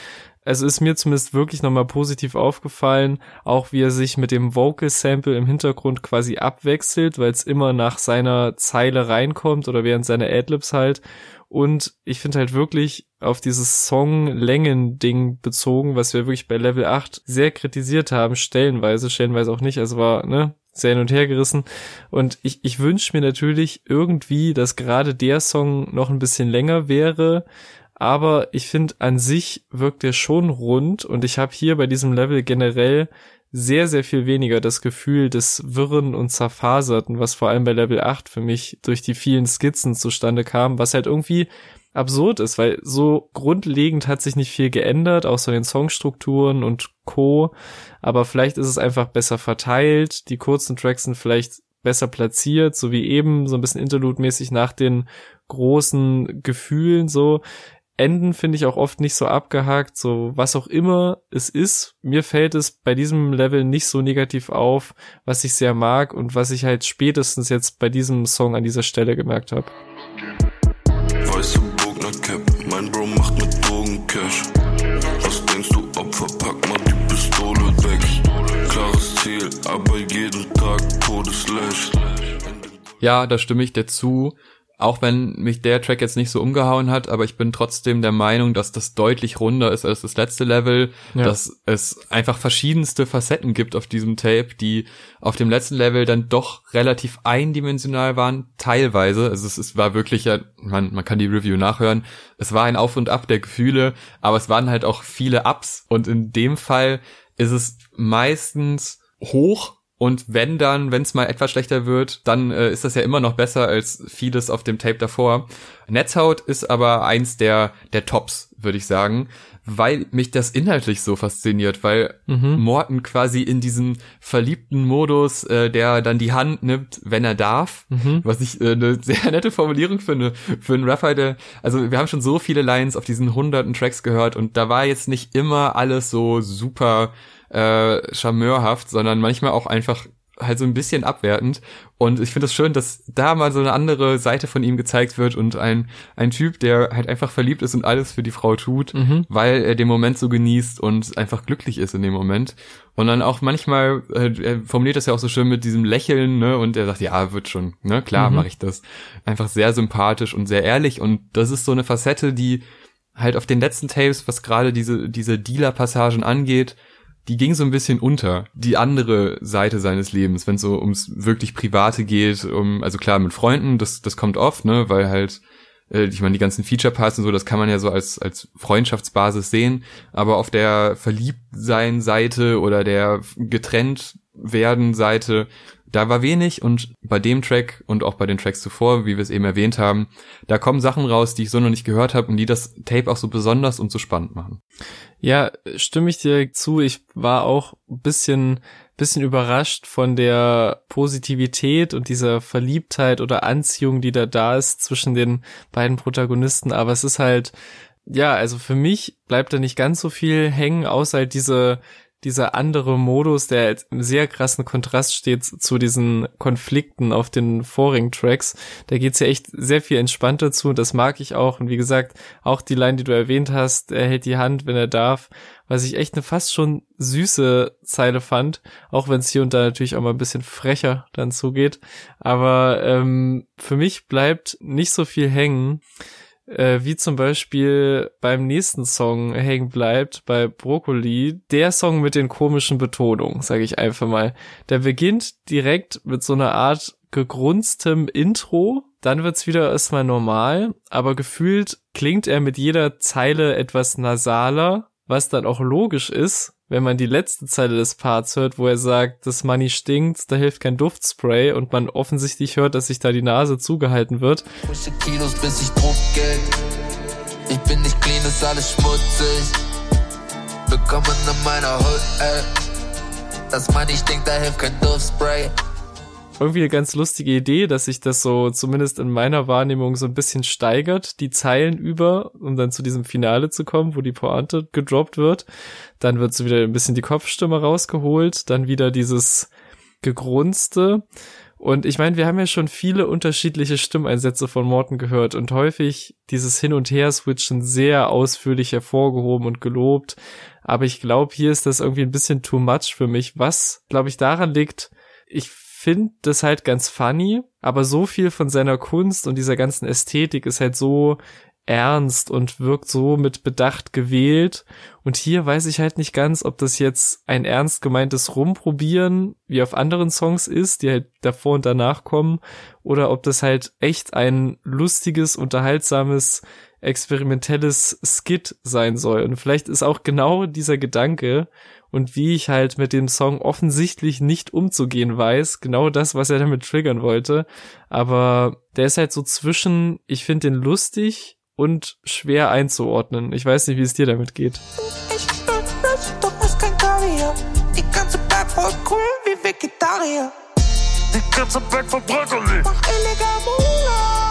also ist mir zumindest wirklich nochmal positiv aufgefallen, auch wie er sich mit dem Vocal-Sample im Hintergrund quasi abwechselt, weil es immer nach seiner Zeile reinkommt oder während seiner Adlibs halt. Und ich finde halt wirklich auf dieses Song-Längen-Ding bezogen, was wir wirklich bei Level acht sehr kritisiert haben, stellenweise, stellenweise auch nicht, also war, ne, sehr hin und her gerissen. Und ich, ich wünsche mir natürlich irgendwie, dass gerade der Song noch ein bisschen länger wäre, aber ich finde, an sich wirkt er schon rund und ich habe hier bei diesem Level generell sehr, sehr viel weniger das Gefühl des Wirren und Zerfaserten, was vor allem bei Level acht für mich durch die vielen Skizzen zustande kam, was halt irgendwie absurd ist, weil so grundlegend hat sich nicht viel geändert, außer den Songstrukturen und Co., aber vielleicht ist es einfach besser verteilt, die kurzen Tracks sind vielleicht besser platziert, so wie eben, so ein bisschen Interlude-mäßig nach den großen Gefühlen so. Enden finde ich auch oft nicht so abgehakt, so was auch immer es ist. Mir fällt es bei diesem Level nicht so negativ auf, was ich sehr mag und was ich halt spätestens jetzt bei diesem Song an dieser Stelle gemerkt habe. Weiße Bogner Cap, mein Bro macht mit Drogen Cash. Was denkst du, Opfer, pack mal die Pistole weg. Klares Ziel, aber jeden Tag Todeslash. Ja, da stimme ich dir zu. Auch wenn mich der Track jetzt nicht so umgehauen hat, aber ich bin trotzdem der Meinung, dass das deutlich runder ist als das letzte Level, ja. Dass es einfach verschiedenste Facetten gibt auf diesem Tape, die auf dem letzten Level dann doch relativ eindimensional waren, teilweise. Also es, es war wirklich, ja, man, man kann die Review nachhören, es war ein Auf und Ab der Gefühle, aber es waren halt auch viele Ups und in dem Fall ist es meistens hoch. Und wenn dann, wenn es mal etwas schlechter wird, dann äh, ist das ja immer noch besser als vieles auf dem Tape davor. Netzhaut ist aber eins der der Tops, würde ich sagen, weil mich das inhaltlich so fasziniert, weil mhm. Morten quasi in diesem verliebten Modus, äh, der dann die Hand nimmt, wenn er darf, mhm. was ich äh, eine sehr nette Formulierung finde für einen Rapper, der, also wir haben schon so viele Lines auf diesen hunderten Tracks gehört und da war jetzt nicht immer alles so super äh, charmeurhaft, sondern manchmal auch einfach halt so ein bisschen abwertend und ich finde es schön, dass da mal so eine andere Seite von ihm gezeigt wird und ein ein Typ, der halt einfach verliebt ist und alles für die Frau tut, mhm. weil er den Moment so genießt und einfach glücklich ist in dem Moment und dann auch manchmal, äh, er formuliert das ja auch so schön mit diesem Lächeln, ne, und er sagt, ja, wird schon, ne, klar mhm. mache ich das. Einfach sehr sympathisch und sehr ehrlich und das ist so eine Facette, die halt auf den letzten Tapes, was gerade diese diese Dealer-Passagen angeht, die ging so ein bisschen unter, die andere Seite seines Lebens, wenn es so ums wirklich Private geht, um, also klar, mit Freunden, das das kommt oft, ne, weil halt, äh, ich meine, die ganzen Feature-Parts und so, das kann man ja so als als Freundschaftsbasis sehen, aber auf der Verliebtsein-Seite oder der Getrennt-werden-Seite, da war wenig und bei dem Track und auch bei den Tracks zuvor, wie wir es eben erwähnt haben, da kommen Sachen raus, die ich so noch nicht gehört habe und die das Tape auch so besonders und so spannend machen. Ja, stimme ich dir zu. Ich war auch ein bisschen, bisschen überrascht von der Positivität und dieser Verliebtheit oder Anziehung, die da da ist zwischen den beiden Protagonisten. Aber es ist halt, ja, also für mich bleibt da nicht ganz so viel hängen, außer halt diese dieser andere Modus, der jetzt im sehr krassen Kontrast steht zu diesen Konflikten auf den vorigen Tracks. Da geht's ja echt sehr viel entspannter zu und das mag ich auch. Und wie gesagt, auch die Line, die du erwähnt hast, er hält die Hand, wenn er darf, was ich echt eine fast schon süße Zeile fand, auch wenn es hier und da natürlich auch mal ein bisschen frecher dann zugeht. Aber ähm, für mich bleibt nicht so viel hängen, Äh, wie zum Beispiel beim nächsten Song hängen bleibt, bei Brokkoli, der Song mit den komischen Betonungen, sage ich einfach mal. Der beginnt direkt mit so einer Art gegrunstem Intro, dann wird's wieder erstmal normal, aber gefühlt klingt er mit jeder Zeile etwas nasaler, was dann auch logisch ist, wenn man die letzte Zeile des Parts hört, wo er sagt, das Money stinkt, da hilft kein Duftspray und man offensichtlich hört, dass sich da die Nase zugehalten wird. Frische Kilos, bis ich Druckgeld. Ich bin nicht clean, ist alles schmutzig. Willkommen in meiner Hood, ey. Das Money stinkt, da hilft kein Duftspray. Irgendwie eine ganz lustige Idee, dass sich das so zumindest in meiner Wahrnehmung so ein bisschen steigert, die Zeilen über, um dann zu diesem Finale zu kommen, wo die Pointe gedroppt wird. Dann wird so wieder ein bisschen die Kopfstimme rausgeholt, dann wieder dieses Gegrunzte Und ich meine, wir haben ja schon viele unterschiedliche Stimmeinsätze von Morten gehört und häufig dieses Hin- und Her-Switchen sehr ausführlich hervorgehoben und gelobt. Aber ich glaube, hier ist das irgendwie ein bisschen too much für mich, was, glaube ich, daran liegt, ich finde das halt ganz funny, aber so viel von seiner Kunst und dieser ganzen Ästhetik ist halt so ernst und wirkt so mit Bedacht gewählt. Und hier weiß ich halt nicht ganz, ob das jetzt ein ernst gemeintes Rumprobieren wie auf anderen Songs ist, die halt davor und danach kommen, oder ob das halt echt ein lustiges, unterhaltsames, experimentelles Skit sein soll. Und vielleicht ist auch genau dieser Gedanke und wie ich halt mit dem Song offensichtlich nicht umzugehen weiß, genau das, was er damit triggern wollte. Aber der ist halt so zwischen, ich finde den lustig und schwer einzuordnen. Ich weiß nicht, wie es dir damit geht. Ich bin rich, doch ist kein Kaviar. Die ganze Bag voll cool wie Vegetarier. Die ganze Bag voll Brokkoli. Mach illegal Mula.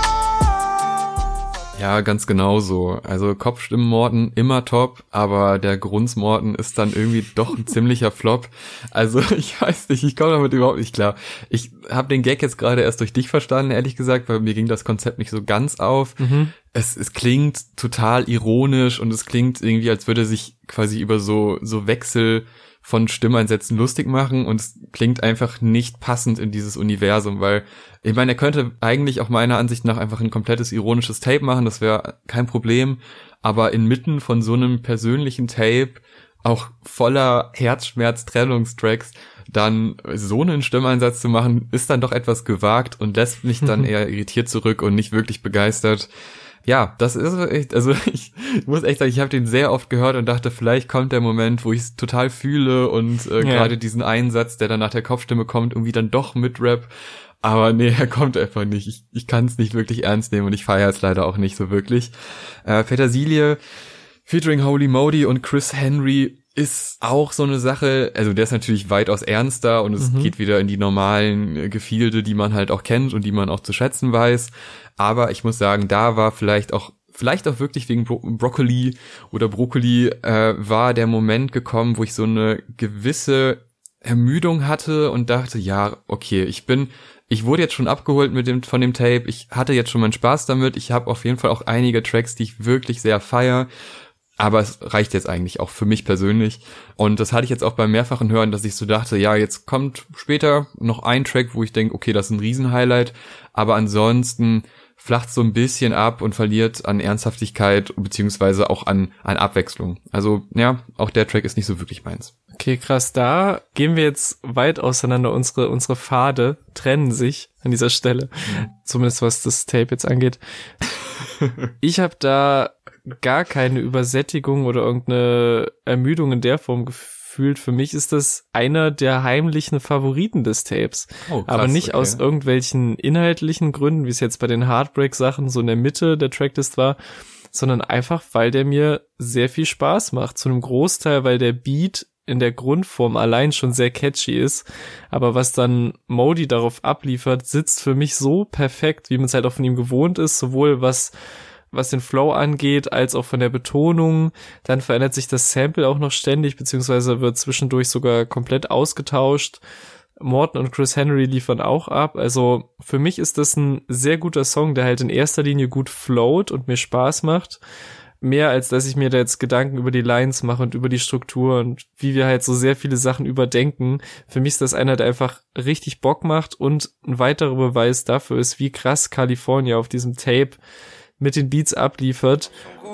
Ja, ganz genau so. Also Kopfstimmen-Morten immer top, aber der Grunz-Morten ist dann irgendwie doch ein ziemlicher Flop. Also ich weiß nicht, ich komme damit überhaupt nicht klar. Ich habe den Gag jetzt gerade erst durch dich verstanden, ehrlich gesagt, weil mir ging das Konzept nicht so ganz auf. Mhm. Es, es klingt total ironisch und es klingt irgendwie, als würde er sich quasi über so so Wechsel von Stimmeinsätzen lustig machen und es klingt einfach nicht passend in dieses Universum, weil ich meine, er könnte eigentlich auch meiner Ansicht nach einfach ein komplettes ironisches Tape machen, das wäre kein Problem, aber inmitten von so einem persönlichen Tape, auch voller Herzschmerz-Trennungstracks, dann so einen Stimmeinsatz zu machen, ist dann doch etwas gewagt und lässt mich dann eher irritiert zurück und nicht wirklich begeistert. Ja, das ist echt, also ich muss echt sagen, ich habe den sehr oft gehört und dachte, vielleicht kommt der Moment, wo ich es total fühle und äh, ja. gerade diesen Einsatz, der dann nach der Kopfstimme kommt, irgendwie dann doch mit Rap. Aber nee, er kommt einfach nicht. Ich, ich kann es nicht wirklich ernst nehmen und ich feiere es leider auch nicht so wirklich. Äh, Petersilie featuring Holy Modi und Chris Henry ist auch so eine Sache, also der ist natürlich weitaus ernster und es mhm. geht wieder in die normalen Gefilde, die man halt auch kennt und die man auch zu schätzen weiß. Aber ich muss sagen, da war vielleicht auch, vielleicht auch wirklich wegen Bro- Broccoli oder Brokkoli, äh, war der Moment gekommen, wo ich so eine gewisse Ermüdung hatte und dachte, ja, okay, ich bin, ich wurde jetzt schon abgeholt mit dem, von dem Tape, ich hatte jetzt schon meinen Spaß damit, ich habe auf jeden Fall auch einige Tracks, die ich wirklich sehr feiere. Aber es reicht jetzt eigentlich auch für mich persönlich. Und das hatte ich jetzt auch beim mehrfachen Hören, dass ich so dachte, ja, jetzt kommt später noch ein Track, wo ich denke, okay, das ist ein Riesenhighlight. Aber ansonsten flacht so ein bisschen ab und verliert an Ernsthaftigkeit beziehungsweise auch an, an Abwechslung. Also ja, auch der Track ist nicht so wirklich meins. Okay, krass. Da gehen wir jetzt weit auseinander. Unsere unsere Pfade trennen sich an dieser Stelle. Mhm. Zumindest was das Tape jetzt angeht. Ich habe da gar keine Übersättigung oder irgendeine Ermüdung in der Form gefühlt. Für mich ist das einer der heimlichen Favoriten des Tapes. Oh, krass, aber nicht okay. aus irgendwelchen inhaltlichen Gründen, wie es jetzt bei den Heartbreak-Sachen so in der Mitte der Tracklist war, sondern einfach, weil der mir sehr viel Spaß macht. Zu einem Großteil, weil der Beat in der Grundform allein schon sehr catchy ist, aber was dann Modi darauf abliefert, sitzt für mich so perfekt, wie man es halt auch von ihm gewohnt ist, sowohl was was den Flow angeht, als auch von der Betonung. Dann verändert sich das Sample auch noch ständig, beziehungsweise wird zwischendurch sogar komplett ausgetauscht. Morten und Chris Henry liefern auch ab. Also für mich ist das ein sehr guter Song, der halt in erster Linie gut flowt und mir Spaß macht. Mehr als, dass ich mir da jetzt Gedanken über die Lines mache und über die Struktur und wie wir halt so sehr viele Sachen überdenken. Für mich ist das einer, der einfach richtig Bock macht und ein weiterer Beweis dafür ist, wie krass California auf diesem Tape mit den Beats abliefert.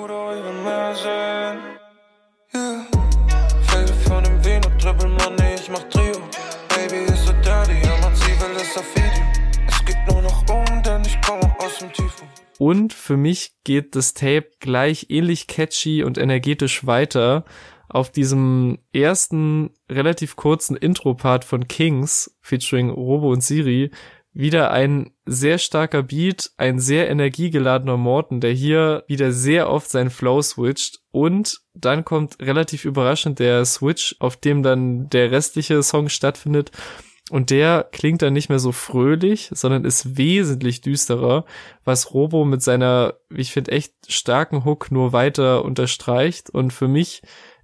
Und für mich geht das Tape gleich ähnlich catchy und energetisch weiter auf diesem ersten relativ kurzen Intro-Part von Kings featuring Robo und Siri. Wieder ein sehr starker Beat, ein sehr energiegeladener Morten, der hier wieder sehr oft seinen Flow switcht und dann kommt relativ überraschend der Switch, auf dem dann der restliche Song stattfindet und der klingt dann nicht mehr so fröhlich, sondern ist wesentlich düsterer, was Robo mit seiner, wie ich finde, echt starken Hook nur weiter unterstreicht und für mich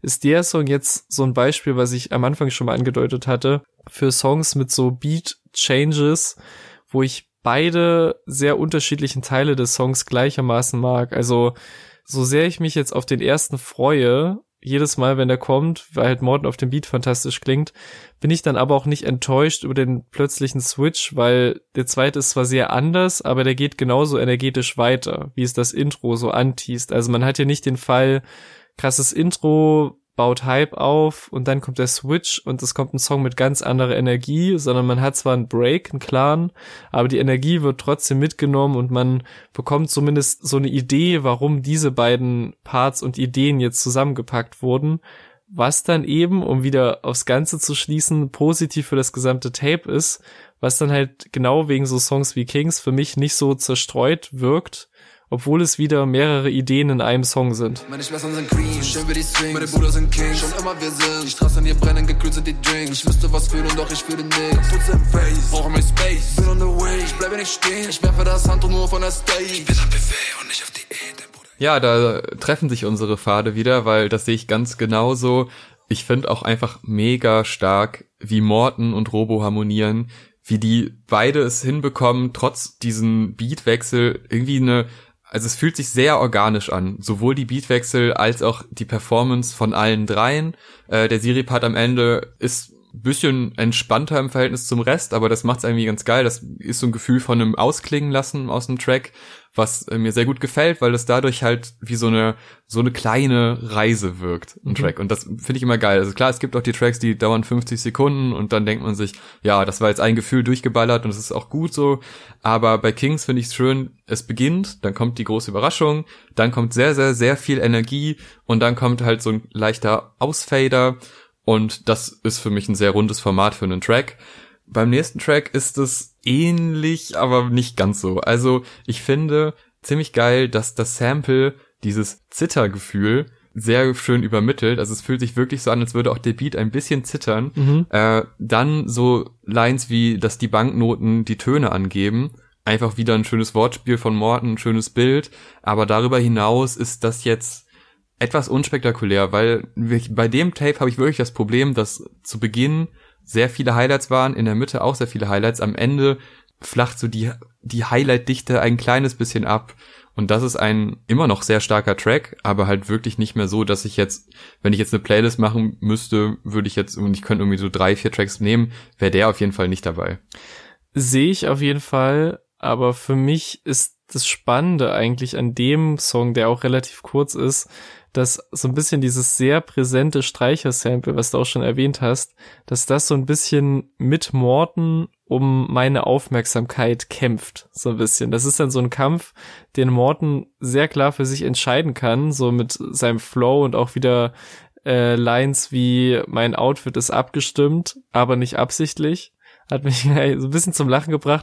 ist der Song jetzt so ein Beispiel, was ich am Anfang schon mal angedeutet hatte, für Songs mit so Beat-Changes, wo ich beide sehr unterschiedlichen Teile des Songs gleichermaßen mag. Also so sehr ich mich jetzt auf den ersten freue, jedes Mal, wenn der kommt, weil halt Morten auf dem Beat fantastisch klingt, bin ich dann aber auch nicht enttäuscht über den plötzlichen Switch, weil der zweite ist zwar sehr anders, aber der geht genauso energetisch weiter, wie es das Intro so anteast. Also man hat ja nicht den Fall, krasses Intro, baut Hype auf und dann kommt der Switch und es kommt ein Song mit ganz anderer Energie, sondern man hat zwar einen Break, einen klaren, aber die Energie wird trotzdem mitgenommen und man bekommt zumindest so eine Idee, warum diese beiden Parts und Ideen jetzt zusammengepackt wurden, was dann eben, um wieder aufs Ganze zu schließen, positiv für das gesamte Tape ist, was dann halt genau wegen so Songs wie Kings für mich nicht so zerstreut wirkt, obwohl es wieder mehrere Ideen in einem Song sind. Meine Schwestern sind Queen, schön wie die Swings, meine Brüder sind Kings, schon immer wir sind, die Straßen hier brennen, gekühlt sind die Drinks, ich müsste was fühlen, doch ich fühle nichts, Putze im Face, brauche mehr Space, bin on the way, ich bleibe nicht stehen, ich werfe das Handtuch nur von der Stage, ich bin am Buffet und nicht auf Diät, Bruder. Ja, da treffen sich unsere Pfade wieder, weil das sehe ich ganz genauso. Ich finde auch einfach mega stark, wie Morten und Robo harmonieren, wie die beide es hinbekommen, trotz diesen Beatwechsel irgendwie eine, also es fühlt sich sehr organisch an, sowohl die Beatwechsel als auch die Performance von allen dreien. Äh, der Siri-Part am Ende ist ein bisschen entspannter im Verhältnis zum Rest, aber das macht's irgendwie ganz geil. Das ist so ein Gefühl von einem Ausklingen lassen aus einem Track, was äh, mir sehr gut gefällt, weil es dadurch halt wie so eine so eine kleine Reise wirkt, ein mhm. Track. Und das finde ich immer geil. Also klar, es gibt auch die Tracks, die dauern fünfzig Sekunden und dann denkt man sich, ja, das war jetzt ein Gefühl durchgeballert und es ist auch gut so. Aber bei Kings finde ich es schön, es beginnt, dann kommt die große Überraschung, dann kommt sehr, sehr, sehr viel Energie und dann kommt halt so ein leichter Ausfader. Und das ist für mich ein sehr rundes Format für einen Track. Beim nächsten Track ist es ähnlich, aber nicht ganz so. Also ich finde ziemlich geil, dass das Sample dieses Zittergefühl sehr schön übermittelt. Also es fühlt sich wirklich so an, als würde auch der Beat ein bisschen zittern. Mhm. Äh, dann so Lines wie, dass die Banknoten die Töne angeben. Einfach wieder ein schönes Wortspiel von Morten, ein schönes Bild. Aber darüber hinaus ist das jetzt etwas unspektakulär, weil bei dem Tape habe ich wirklich das Problem, dass zu Beginn sehr viele Highlights waren, in der Mitte auch sehr viele Highlights, am Ende flacht so die die Highlight-Dichte ein kleines bisschen ab und das ist ein immer noch sehr starker Track, aber halt wirklich nicht mehr so, dass ich jetzt, wenn ich jetzt eine Playlist machen müsste, würde ich jetzt, und ich könnte irgendwie so drei, vier Tracks nehmen, wäre der auf jeden Fall nicht dabei. Sehe ich auf jeden Fall, aber für mich ist das Spannende eigentlich an dem Song, der auch relativ kurz ist, dass so ein bisschen dieses sehr präsente Streicher-Sample, was du auch schon erwähnt hast, dass das so ein bisschen mit Morten um meine Aufmerksamkeit kämpft, so ein bisschen. Das ist dann so ein Kampf, den Morten sehr klar für sich entscheiden kann, so mit seinem Flow und auch wieder äh, Lines wie mein Outfit ist abgestimmt, aber nicht absichtlich. Hat mich so ein bisschen zum Lachen gebracht.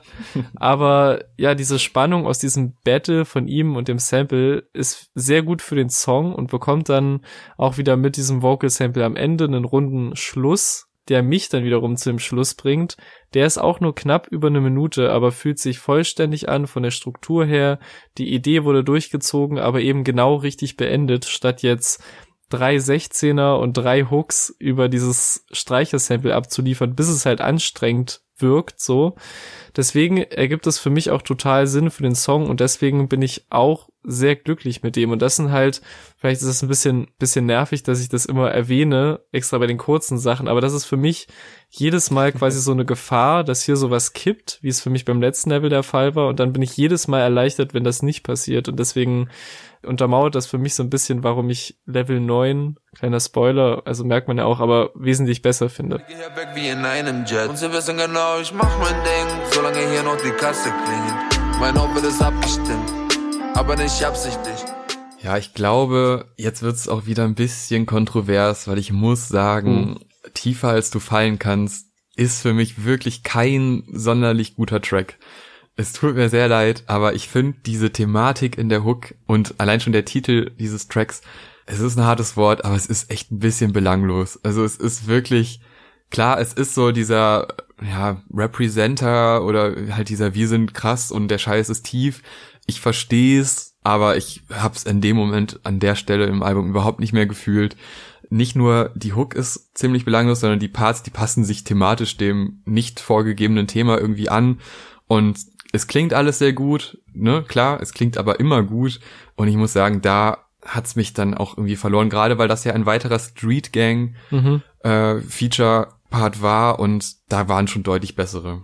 Aber ja, diese Spannung aus diesem Battle von ihm und dem Sample ist sehr gut für den Song und bekommt dann auch wieder mit diesem Vocal-Sample am Ende einen runden Schluss, der mich dann wiederum zu dem Schluss bringt. Der ist auch nur knapp über eine Minute, aber fühlt sich vollständig an von der Struktur her. Die Idee wurde durchgezogen, aber eben genau richtig beendet, statt jetzt drei Sechzehner und drei Hooks über dieses Streicher-Sample abzuliefern, bis es halt anstrengend wirkt, so. Deswegen ergibt es für mich auch total Sinn für den Song und deswegen bin ich auch sehr glücklich mit dem. Und das sind halt, vielleicht ist das ein bisschen, bisschen nervig, dass ich das immer erwähne, extra bei den kurzen Sachen, aber das ist für mich jedes Mal quasi so eine Gefahr, dass hier sowas kippt, wie es für mich beim letzten Level der Fall war und dann bin ich jedes Mal erleichtert, wenn das nicht passiert und deswegen untermauert das für mich so ein bisschen, warum ich Level neun, kleiner Spoiler, also merkt man ja auch, aber wesentlich besser finde. Ich geh hier weg wie in einem Jet und sie wissen genau, ich mach mein Ding, solange hier noch die Kasse klingelt. Mein Outfit ist abgestimmt, aber nicht absichtlich. Ja, ich glaube, jetzt wird's auch wieder ein bisschen kontrovers, weil ich muss sagen, hm. Tiefer als du fallen kannst, ist für mich wirklich kein sonderlich guter Track. Es tut mir sehr leid, aber ich finde diese Thematik in der Hook und allein schon der Titel dieses Tracks, es ist ein hartes Wort, aber es ist echt ein bisschen belanglos. Also es ist wirklich, klar, es ist so dieser, ja, Representer oder halt dieser wir sind krass und der Scheiß ist tief. Ich verstehe es, aber ich hab's in dem Moment an der Stelle im Album überhaupt nicht mehr gefühlt. nicht nur die Hook ist ziemlich belanglos, sondern die Parts, die passen sich thematisch dem nicht vorgegebenen Thema irgendwie an und es klingt alles sehr gut, ne, klar, es klingt aber immer gut und ich muss sagen, da hat's mich dann auch irgendwie verloren, gerade weil das ja ein weiterer Street Gang mhm. äh, Feature-Part war und da waren schon deutlich bessere.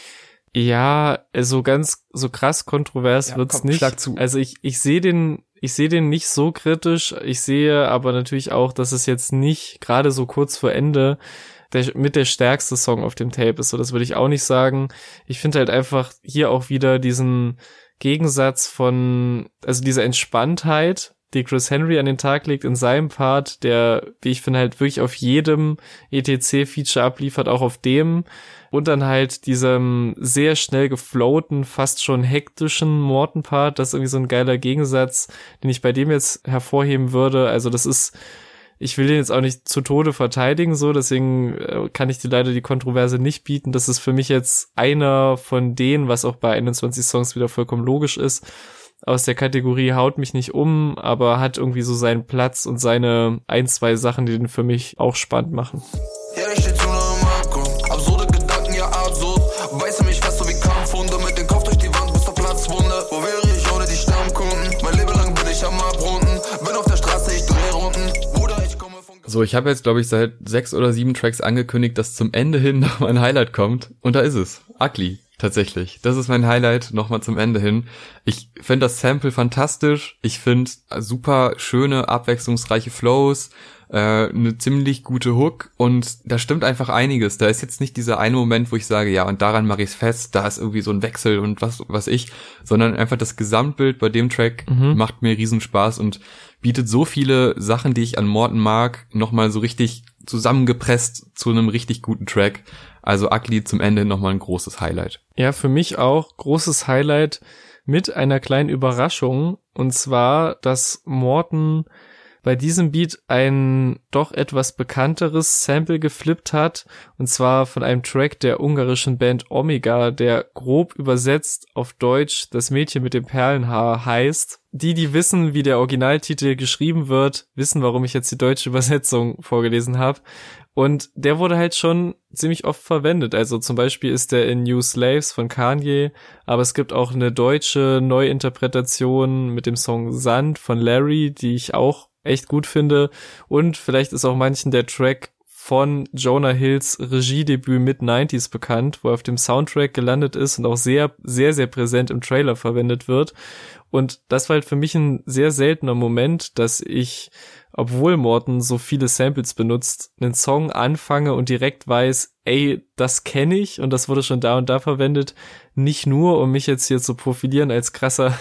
Ja, so ganz, so krass kontrovers ja, wird's komm, nicht. Schlag zu. Also ich, ich sehe den, ich sehe den nicht so kritisch. Ich sehe aber natürlich auch, dass es jetzt nicht gerade so kurz vor Ende der, mit der stärkste Song auf dem Tape ist. So, das würde ich auch nicht sagen. Ich finde halt einfach hier auch wieder diesen Gegensatz von, also diese Entspanntheit, die Chris Henry an den Tag legt in seinem Part, der, wie ich finde, halt wirklich auf jedem E T C-Feature abliefert, auch auf dem. Und dann halt diesem sehr schnell geflowten, fast schon hektischen Morton-Part. Das ist irgendwie so ein geiler Gegensatz, den ich bei dem jetzt hervorheben würde. Also das ist, ich will den jetzt auch nicht zu Tode verteidigen, so, deswegen kann ich dir leider die Kontroverse nicht bieten. Das ist für mich jetzt einer von denen, was auch bei einundzwanzig Songs wieder vollkommen logisch ist, aus der Kategorie haut mich nicht um, aber hat irgendwie so seinen Platz und seine ein, zwei Sachen, die den für mich auch spannend machen. Ja, ich steh zu einem Marco. Absurde Gedanken, ja absurd. Weißt du mich fest so wie Kampfhunde. Mit dem Kopf durch die Wand bis zur Platzwunde. Wo wäre ich ohne die Stammkunden? Mein Leben lang bin ich am Abrunden. Bin auf der Straße, ich dreh Runden. Bruder, ich komme von... So, ich habe jetzt, glaube ich, seit sechs oder sieben Tracks angekündigt, dass zum Ende hin noch mal ein Highlight kommt. Und da ist es. Ugly. Tatsächlich. Das ist mein Highlight nochmal zum Ende hin. Ich finde das Sample fantastisch. Ich finde super schöne, abwechslungsreiche Flows, äh, eine ziemlich gute Hook und da stimmt einfach einiges. Da ist jetzt nicht dieser eine Moment, wo ich sage, ja, und daran mache ich es fest, da ist irgendwie so ein Wechsel und was was ich, sondern einfach das Gesamtbild bei dem Track mhm. macht mir riesen Spaß und bietet so viele Sachen, die ich an Morton mag, nochmal so richtig zusammengepresst zu einem richtig guten Track. Also Ugly zum Ende nochmal ein großes Highlight. Ja, für mich auch großes Highlight mit einer kleinen Überraschung. Und zwar, dass Morton bei diesem Beat ein doch etwas bekannteres Sample geflippt hat. Und zwar von einem Track der ungarischen Band Omega, der grob übersetzt auf Deutsch Das Mädchen mit dem Perlenhaar heißt. Die, die wissen, wie der Originaltitel geschrieben wird, wissen, warum ich jetzt die deutsche Übersetzung vorgelesen habe. Und der wurde halt schon ziemlich oft verwendet. Also zum Beispiel ist der in New Slaves von Kanye, aber es gibt auch eine deutsche Neuinterpretation mit dem Song Sand von Larry, die ich auch echt gut finde. Und vielleicht ist auch manchen der Track von Jonah Hills Regiedebüt Mid-neunziger bekannt, wo er auf dem Soundtrack gelandet ist und auch sehr, sehr, sehr präsent im Trailer verwendet wird. Und das war halt für mich ein sehr seltener Moment, dass ich, obwohl Morton so viele Samples benutzt, einen Song anfange und direkt weiß, ey, das kenne ich und das wurde schon da und da verwendet. Nicht nur, um mich jetzt hier zu profilieren als krasser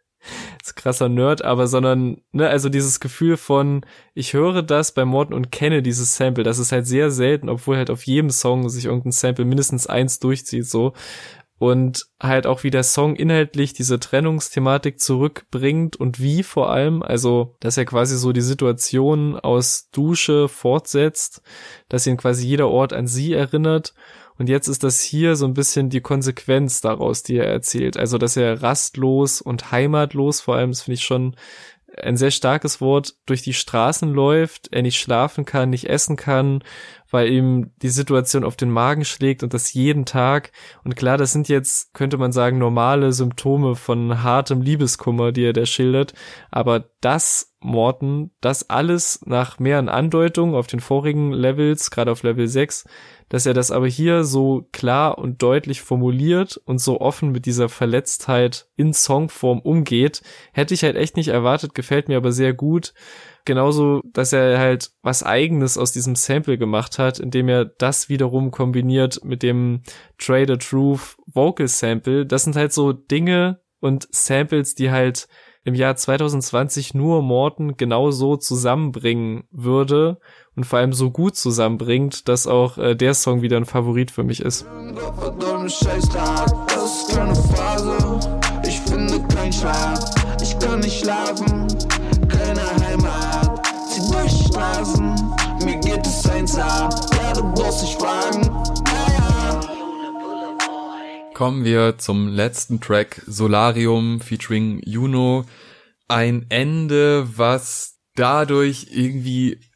als krasser Nerd, aber sondern, ne, also dieses Gefühl von, ich höre das bei Morton und kenne dieses Sample, das ist halt sehr selten, obwohl halt auf jedem Song sich irgendein Sample mindestens eins durchzieht, so. Und halt auch wie der Song inhaltlich diese Trennungsthematik zurückbringt und wie vor allem, also dass er quasi so die Situation aus Dusche fortsetzt, dass ihn quasi jeder Ort an sie erinnert. Und jetzt ist das hier so ein bisschen die Konsequenz daraus, die er erzählt. Also, dass er rastlos und heimatlos, vor allem, das finde ich schon ein sehr starkes Wort, durch die Straßen läuft, er nicht schlafen kann, nicht essen kann, weil ihm die Situation auf den Magen schlägt und das jeden Tag. Und klar, das sind jetzt, könnte man sagen, normale Symptome von hartem Liebeskummer, die er da schildert. Aber das, Morton, das alles nach mehreren Andeutungen auf den vorigen Levels, gerade auf Level sechs, dass er das aber hier so klar und deutlich formuliert und so offen mit dieser Verletztheit in Songform umgeht, hätte ich halt echt nicht erwartet, gefällt mir aber sehr gut. Genauso, dass er halt was Eigenes aus diesem Sample gemacht hat, indem er das wiederum kombiniert mit dem Trader Truth Vocal Sample. Das sind halt so Dinge und Samples, die halt im Jahr zwanzig zwanzig nur Morton genau so zusammenbringen würde und vor allem so gut zusammenbringt, dass auch äh, der Song wieder ein Favorit für mich ist. Ich finde keinen Schlaf, ich kann nicht schlafen, keine Heimat, zieh durch die Straßen, mir geht es einsam, ja, du brauchst dich fragen, ja, ja. Kommen wir zum letzten Track, Solarium featuring Juno. Ein Ende, was dadurch irgendwie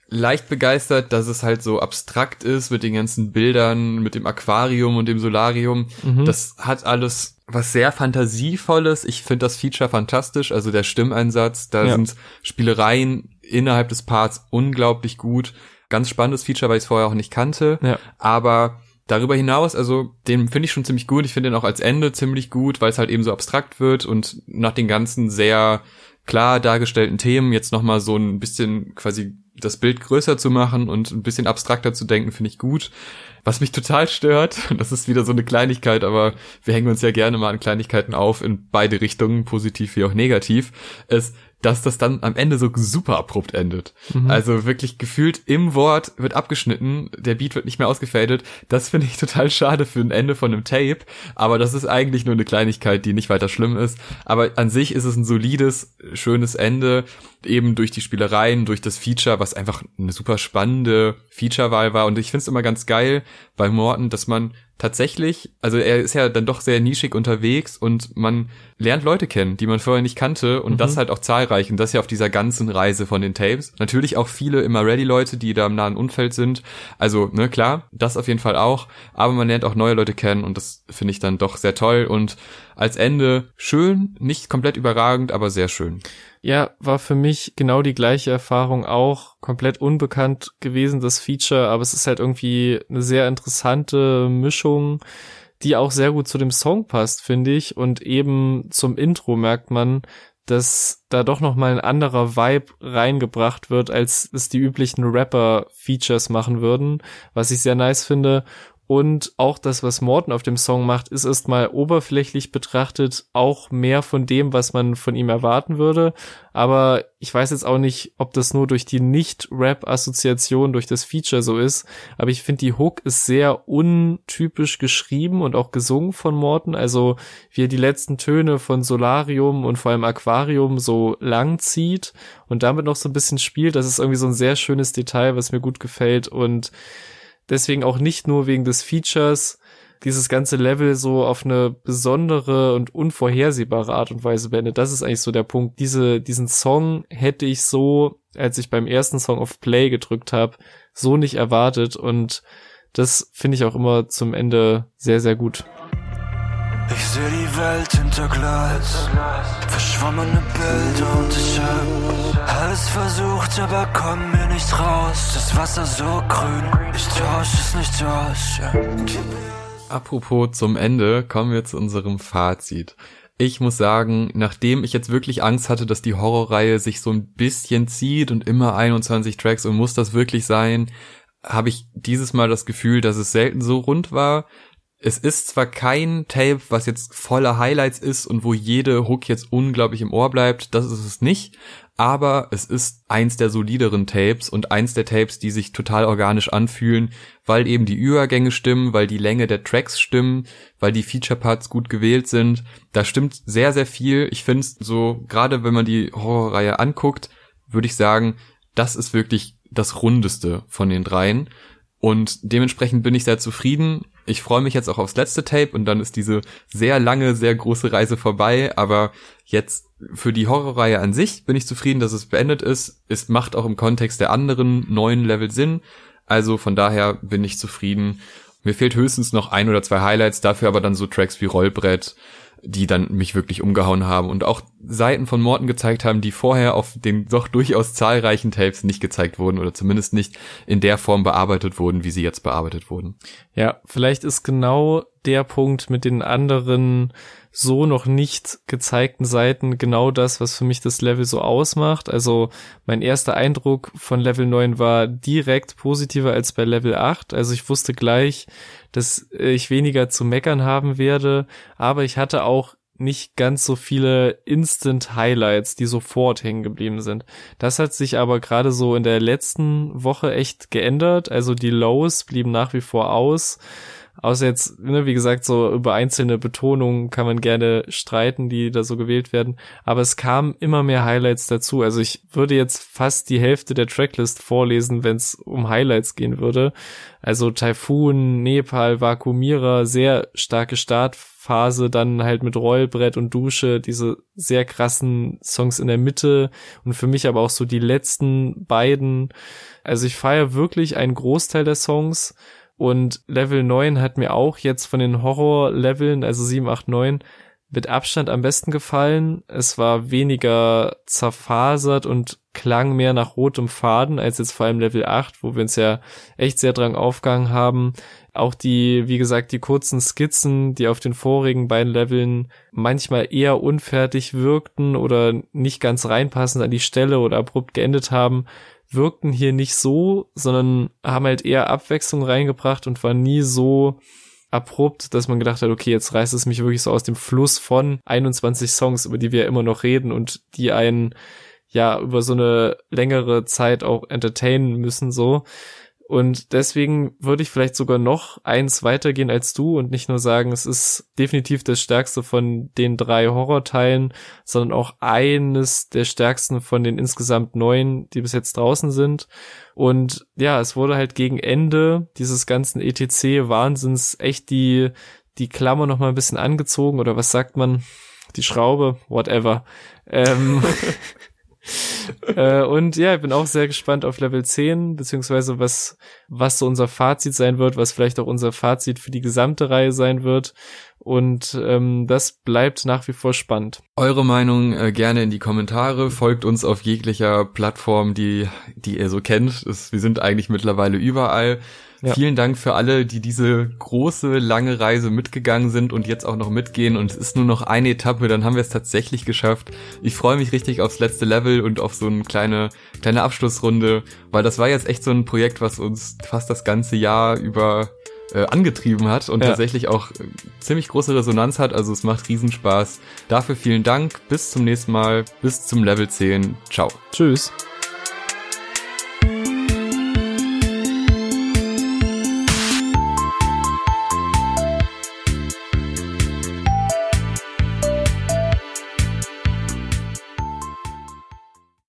leicht begeistert, dass es halt so abstrakt ist mit den ganzen Bildern, mit dem Aquarium und dem Solarium. Mhm. Das hat alles was sehr Fantasievolles. Ich finde das Feature fantastisch, also der Stimmeinsatz, da ja. sind Spielereien innerhalb des Parts unglaublich gut. Ganz spannendes Feature, weil ich es vorher auch nicht kannte. Ja. Aber darüber hinaus, also den finde ich schon ziemlich gut. Ich finde den auch als Ende ziemlich gut, weil es halt eben so abstrakt wird und nach den ganzen sehr klar dargestellten Themen jetzt nochmal so ein bisschen quasi das Bild größer zu machen und ein bisschen abstrakter zu denken, finde ich gut. Was mich total stört, und das ist wieder so eine Kleinigkeit, aber wir hängen uns ja gerne mal an Kleinigkeiten auf, in beide Richtungen, positiv wie auch negativ, ist, dass das dann am Ende so super abrupt endet. Mhm. Also wirklich gefühlt im Wort wird abgeschnitten, der Beat wird nicht mehr ausgefadet. Das finde ich total schade für ein Ende von einem Tape, aber das ist eigentlich nur eine Kleinigkeit, die nicht weiter schlimm ist. Aber an sich ist es ein solides, schönes Ende, eben durch die Spielereien, durch das Feature, was einfach eine super spannende Feature-Wahl war. Und ich finde es immer ganz geil bei Morten, dass man tatsächlich, also er ist ja dann doch sehr nischig unterwegs und man lernt Leute kennen, die man vorher nicht kannte und mhm. das halt auch zahlreich und das ja auf dieser ganzen Reise von den Tapes. Natürlich auch viele immer Ready-Leute, die da im nahen Umfeld sind. Also, ne, klar, das auf jeden Fall auch, aber man lernt auch neue Leute kennen und das finde ich dann doch sehr toll und als Ende schön, nicht komplett überragend, aber sehr schön. Ja, war für mich genau die gleiche Erfahrung auch. Komplett unbekannt gewesen, das Feature, aber es ist halt irgendwie eine sehr interessante Mischung, die auch sehr gut zu dem Song passt, finde ich. Und eben zum Intro merkt man, dass da doch nochmal ein anderer Vibe reingebracht wird, als es die üblichen Rapper-Features machen würden, was ich sehr nice finde. Und auch das, was Morten auf dem Song macht, ist erstmal oberflächlich betrachtet auch mehr von dem, was man von ihm erwarten würde. Aber ich weiß jetzt auch nicht, ob das nur durch die Nicht-Rap-Assoziation durch das Feature so ist. Aber ich finde, die Hook ist sehr untypisch geschrieben und auch gesungen von Morten. Also wie er die letzten Töne von Solarium und vor allem Aquarium so lang zieht und damit noch so ein bisschen spielt. Das ist irgendwie so ein sehr schönes Detail, was mir gut gefällt und deswegen auch nicht nur wegen des Features dieses ganze Level so auf eine besondere und unvorhersehbare Art und Weise beendet. Das ist eigentlich so der Punkt. Diese, diesen Song hätte ich so, als ich beim ersten Song auf Play gedrückt habe, so nicht erwartet und das finde ich auch immer zum Ende sehr, sehr gut. Ich seh die Welt hinter Glas, verschwommene Bilder und ich hab alles versucht, aber komm mir nicht raus. Das Wasser so grün, ich tausch es nicht aus. Ja. Apropos zum Ende, kommen wir zu unserem Fazit. Ich muss sagen, nachdem ich jetzt wirklich Angst hatte, dass die Horrorreihe sich so ein bisschen zieht und immer einundzwanzig Tracks und muss das wirklich sein, habe ich dieses Mal das Gefühl, dass es selten so rund war. Es ist zwar kein Tape, was jetzt voller Highlights ist und wo jede Hook jetzt unglaublich im Ohr bleibt, das ist es nicht, aber es ist eins der solideren Tapes und eins der Tapes, die sich total organisch anfühlen, weil eben die Übergänge stimmen, weil die Länge der Tracks stimmen, weil die Feature-Parts gut gewählt sind. Da stimmt sehr, sehr viel. Ich finde es so, gerade wenn man die Horrorreihe anguckt, würde ich sagen, das ist wirklich das Rundeste von den dreien. Und dementsprechend bin ich sehr zufrieden. Ich freue mich jetzt auch aufs letzte Tape und dann ist diese sehr lange, sehr große Reise vorbei. Aber jetzt für die Horrorreihe an sich bin ich zufrieden, dass es beendet ist. Es macht auch im Kontext der anderen neuen Level Sinn. Also von daher bin ich zufrieden. Mir fehlt höchstens noch ein oder zwei Highlights, dafür aber dann so Tracks wie Rollbrett, die dann mich wirklich umgehauen haben und auch Seiten von Morten gezeigt haben, die vorher auf den doch durchaus zahlreichen Tapes nicht gezeigt wurden oder zumindest nicht in der Form bearbeitet wurden, wie sie jetzt bearbeitet wurden. Ja, vielleicht ist genau der Punkt mit den anderen so noch nicht gezeigten Seiten genau das, was für mich das Level so ausmacht. Also mein erster Eindruck von Level neun war direkt positiver als bei Level acht. Also ich wusste gleich, dass ich weniger zu meckern haben werde, aber ich hatte auch nicht ganz so viele Instant-Highlights, die sofort hängen geblieben sind. Das hat sich aber gerade so in der letzten Woche echt geändert. Also die Lows blieben nach wie vor aus. Außer jetzt, ne, wie gesagt, so über einzelne Betonungen kann man gerne streiten, die da so gewählt werden. Aber es kamen immer mehr Highlights dazu. Also ich würde jetzt fast die Hälfte der Tracklist vorlesen, wenn es um Highlights gehen würde. Also Taifun, Nepal, Vakuumierer, sehr starke Startphase, dann halt mit Rollbrett und Dusche, diese sehr krassen Songs in der Mitte und für mich aber auch so die letzten beiden. Also ich feiere wirklich einen Großteil der Songs. Und Level neun hat mir auch jetzt von den Horror-Leveln, also sieben, acht, neun, mit Abstand am besten gefallen. Es war weniger zerfasert und klang mehr nach rotem Faden als jetzt vor allem Level acht, wo wir uns ja echt sehr dran aufgehangen haben. Auch die, wie gesagt, die kurzen Skizzen, die auf den vorigen beiden Leveln manchmal eher unfertig wirkten oder nicht ganz reinpassend an die Stelle oder abrupt geendet haben, wirkten hier nicht so, sondern haben halt eher Abwechslung reingebracht und waren nie so abrupt, dass man gedacht hat, okay, jetzt reißt es mich wirklich so aus dem Fluss von einundzwanzig Songs, über die wir immer noch reden und die einen ja über so eine längere Zeit auch entertainen müssen, so. Und deswegen würde ich vielleicht sogar noch eins weitergehen als du und nicht nur sagen, es ist definitiv das stärkste von den drei Horrorteilen, sondern auch eines der stärksten von den insgesamt neun, die bis jetzt draußen sind. Und ja, es wurde halt gegen Ende dieses ganzen E T C-Wahnsinns echt die, die Klammer noch mal ein bisschen angezogen, oder was sagt man? Die Schraube? Whatever. Ähm... äh, und ja, ich bin auch sehr gespannt auf Level zehn, beziehungsweise was was so unser Fazit sein wird, was vielleicht auch unser Fazit für die gesamte Reihe sein wird. Und ähm, das bleibt nach wie vor spannend. Eure Meinung äh, gerne in die Kommentare. Folgt uns auf jeglicher Plattform, die die ihr so kennt. Es, wir sind eigentlich mittlerweile überall. Ja. Vielen Dank für alle, die diese große, lange Reise mitgegangen sind und jetzt auch noch mitgehen. Und es ist nur noch eine Etappe, dann haben wir es tatsächlich geschafft. Ich freue mich richtig aufs letzte Level und auf so eine kleine, kleine Abschlussrunde, weil das war jetzt echt so ein Projekt, was uns fast das ganze Jahr über äh, angetrieben hat und ja. tatsächlich auch äh, ziemlich große Resonanz hat. Also es macht Riesenspaß. Dafür vielen Dank. Bis zum nächsten Mal. Bis zum Level zehn. Ciao. Tschüss.